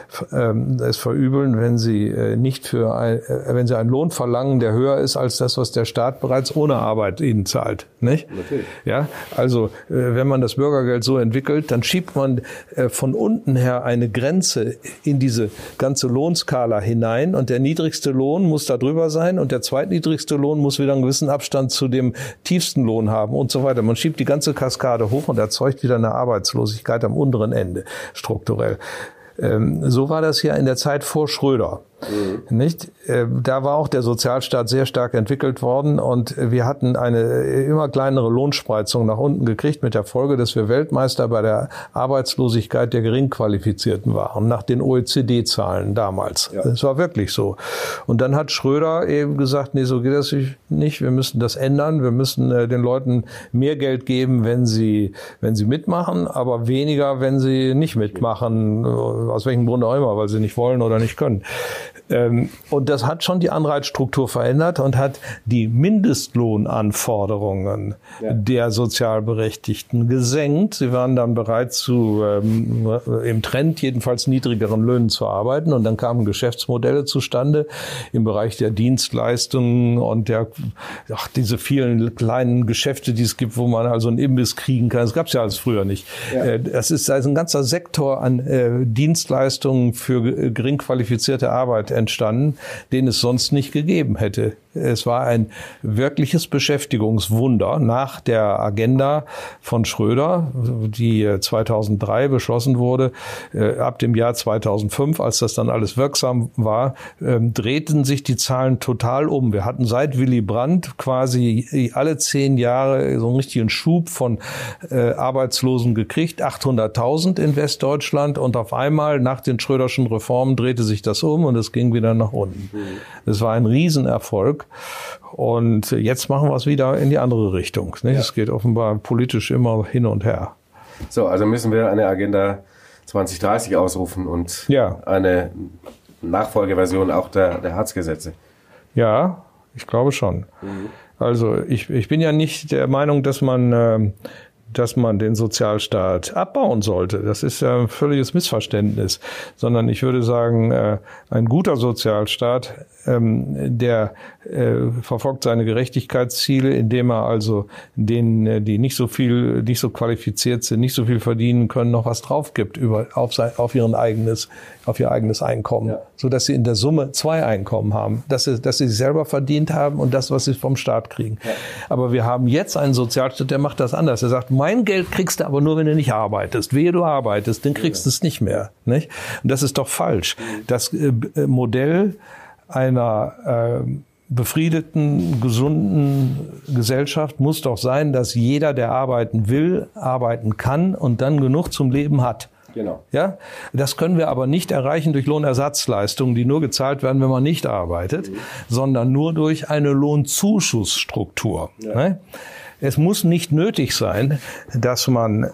es verübeln, wenn sie wenn sie einen Lohn verlangen, der höher ist als das, was der Staat bereits ohne Arbeit ihnen zahlt, nicht? Natürlich. Ja, also wenn man das Bürgergeld so entwickelt, dann schiebt man von unten her eine Grenze in diese ganze Lohnskala hinein und der niedrigste Lohn muss da drüber sein und der zweitniedrigste Lohn muss wieder einen gewissen Abstand zu dem tiefsten Lohn haben und so weiter. Man schiebt die ganze Kaskade hoch und erzeugt wieder eine Arbeitslosigkeit am unteren Ende strukturell. So war das ja in der Zeit vor Schröder. Nicht? Da war auch der Sozialstaat sehr stark entwickelt worden und wir hatten eine immer kleinere Lohnspreizung nach unten gekriegt mit der Folge, dass wir Weltmeister bei der Arbeitslosigkeit der Geringqualifizierten waren, nach den OECD-Zahlen damals. Ja. Das war wirklich so. Und dann hat Schröder eben gesagt, nee, so geht das nicht, wir müssen das ändern, wir müssen den Leuten mehr Geld geben, wenn sie mitmachen, aber weniger, wenn sie nicht mitmachen, aus welchem Grund auch immer, weil sie nicht wollen oder nicht können. Und das hat schon die Anreizstruktur verändert und hat die Mindestlohnanforderungen der Sozialberechtigten gesenkt. Sie waren dann bereit zu im Trend jedenfalls niedrigeren Löhnen zu arbeiten und dann kamen Geschäftsmodelle zustande im Bereich der Dienstleistungen und diese vielen kleinen Geschäfte, die es gibt, wo man also einen Imbiss kriegen kann. Das gab es ja alles früher nicht. Ja. Das ist also ein ganzer Sektor an Dienstleistungen für gering qualifizierte Arbeit entstanden, den es sonst nicht gegeben hätte. Es war ein wirkliches Beschäftigungswunder nach der Agenda von Schröder, die 2003 beschlossen wurde. Ab dem Jahr 2005, als das dann alles wirksam war, drehten sich die Zahlen total um. Wir hatten seit Willy Brandt quasi alle 10 Jahre so einen richtigen Schub von Arbeitslosen gekriegt, 800.000 in Westdeutschland und auf einmal nach den Schröderschen Reformen drehte sich das um und es ging wieder nach unten. Das war ein Riesenerfolg. Und jetzt machen wir es wieder in die andere Richtung. Ne? Es geht offenbar politisch immer hin und her. So, also müssen wir eine Agenda 2030 ausrufen und eine Nachfolgeversion auch der Hartz-Gesetze. Ja, ich glaube schon. Also ich bin ja nicht der Meinung, dass man den Sozialstaat abbauen sollte. Das ist ja ein völliges Missverständnis. Sondern ich würde sagen, ein guter Sozialstaat, der verfolgt seine Gerechtigkeitsziele, indem er also denen, die nicht so qualifiziert sind, nicht so viel verdienen können, noch was drauf gibt auf ihr eigenes Einkommen, so dass sie in der Summe 2 Einkommen haben, dass sie selber verdient haben und das, was sie vom Staat kriegen. Ja. Aber wir haben jetzt einen Sozialstaat, der macht das anders. Er sagt, mein Geld kriegst du aber nur, wenn du nicht arbeitest. Wehe, du arbeitest, dann kriegst du es nicht mehr. Nicht? Und das ist doch falsch. Das Modell einer befriedeten, gesunden Gesellschaft muss doch sein, dass jeder, der arbeiten will, arbeiten kann und dann genug zum Leben hat. Genau. Ja, das können wir aber nicht erreichen durch Lohnersatzleistungen, die nur gezahlt werden, wenn man nicht arbeitet, sondern nur durch eine Lohnzuschussstruktur. Ja. Ne? Es muss nicht nötig sein, dass man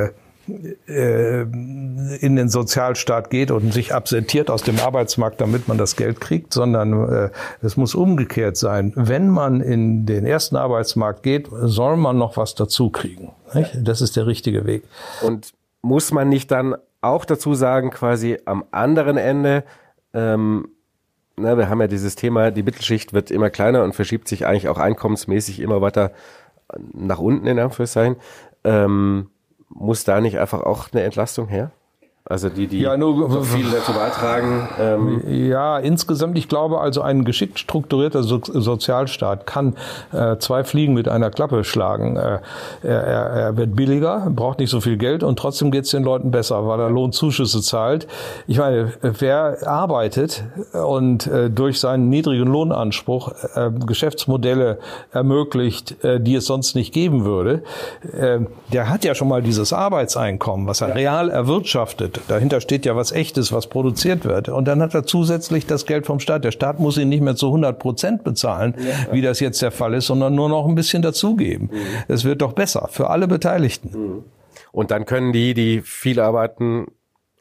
in den Sozialstaat geht und sich absentiert aus dem Arbeitsmarkt, damit man das Geld kriegt, sondern es muss umgekehrt sein. Wenn man in den ersten Arbeitsmarkt geht, soll man noch was dazu kriegen. Nicht? Das ist der richtige Weg. Und muss man nicht dann auch dazu sagen, quasi am anderen Ende, wir haben ja dieses Thema, die Mittelschicht wird immer kleiner und verschiebt sich eigentlich auch einkommensmäßig immer weiter nach unten, in Anführungszeichen. Muss da nicht einfach auch eine Entlastung her? Also die so viel dazu beitragen. Ja, insgesamt, ich glaube also, ein geschickt strukturierter Sozialstaat kann 2 Fliegen mit einer Klappe schlagen. Er wird billiger, braucht nicht so viel Geld und trotzdem geht es den Leuten besser, weil er Lohnzuschüsse zahlt. Ich meine, wer arbeitet und durch seinen niedrigen Lohnanspruch Geschäftsmodelle ermöglicht, die es sonst nicht geben würde, der hat ja schon mal dieses Arbeitseinkommen, was er real erwirtschaftet. Dahinter steht ja was Echtes, was produziert wird. Und dann hat er zusätzlich das Geld vom Staat. Der Staat muss ihn nicht mehr zu 100% bezahlen, wie das jetzt der Fall ist, sondern nur noch ein bisschen dazugeben. Es wird doch besser für alle Beteiligten. Und dann können die viel arbeiten,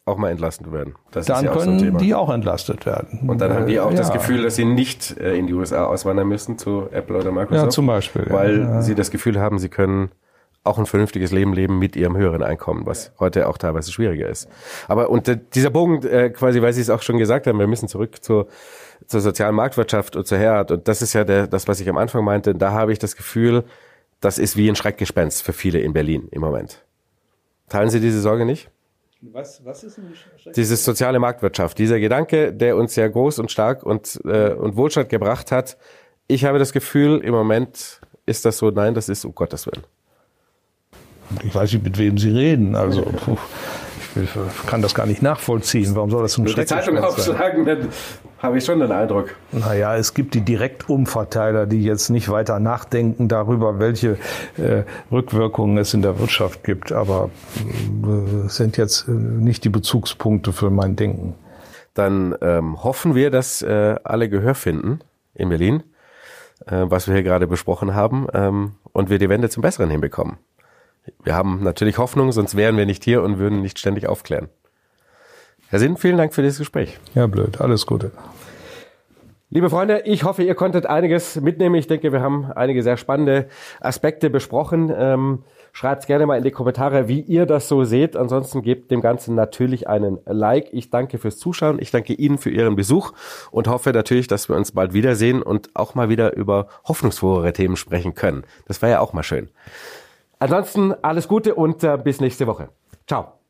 auch mal entlassen werden. Das dann ist ja auch können so ein Thema. die auch entlastet werden. Und dann haben die auch das Gefühl, dass sie nicht in die USA auswandern müssen zu Apple oder Microsoft. Ja, zum Beispiel. Weil sie das Gefühl haben, sie können auch ein vernünftiges Leben leben mit ihrem höheren Einkommen, was heute auch teilweise schwieriger ist. Aber und dieser Bogen, quasi, weil Sie es auch schon gesagt haben, wir müssen zurück zur sozialen Marktwirtschaft und zur Herart. Und das ist ja das, was ich am Anfang meinte. Da habe ich das Gefühl, das ist wie ein Schreckgespenst für viele in Berlin im Moment. Teilen Sie diese Sorge nicht? Was ist ein Schreckgespenst? Diese soziale Marktwirtschaft, dieser Gedanke, der uns ja groß und stark und Wohlstand gebracht hat. Ich habe das Gefühl, im Moment ist das so, nein, das ist um Gottes Willen. Ich weiß nicht, mit wem Sie reden. Also ich kann das gar nicht nachvollziehen. Warum soll das ein Schreckgespenst sein? Die Zeitung aufschlagen, dann habe ich schon den Eindruck. Naja, es gibt die Direktumverteiler, die jetzt nicht weiter nachdenken darüber, welche Rückwirkungen es in der Wirtschaft gibt. Aber es sind jetzt nicht die Bezugspunkte für mein Denken. Dann hoffen wir, dass alle Gehör finden in Berlin, was wir hier gerade besprochen haben, und wir die Wende zum Besseren hinbekommen. Wir haben natürlich Hoffnung, sonst wären wir nicht hier und würden nicht ständig aufklären. Herr Sinn, vielen Dank für dieses Gespräch. Ja, blöd. Alles Gute. Liebe Freunde, ich hoffe, ihr konntet einiges mitnehmen. Ich denke, wir haben einige sehr spannende Aspekte besprochen. Schreibt gerne mal in die Kommentare, wie ihr das so seht. Ansonsten gebt dem Ganzen natürlich einen Like. Ich danke fürs Zuschauen. Ich danke Ihnen für Ihren Besuch und hoffe natürlich, dass wir uns bald wiedersehen und auch mal wieder über hoffnungsfrohere Themen sprechen können. Das wäre ja auch mal schön. Ansonsten alles Gute und bis nächste Woche. Ciao.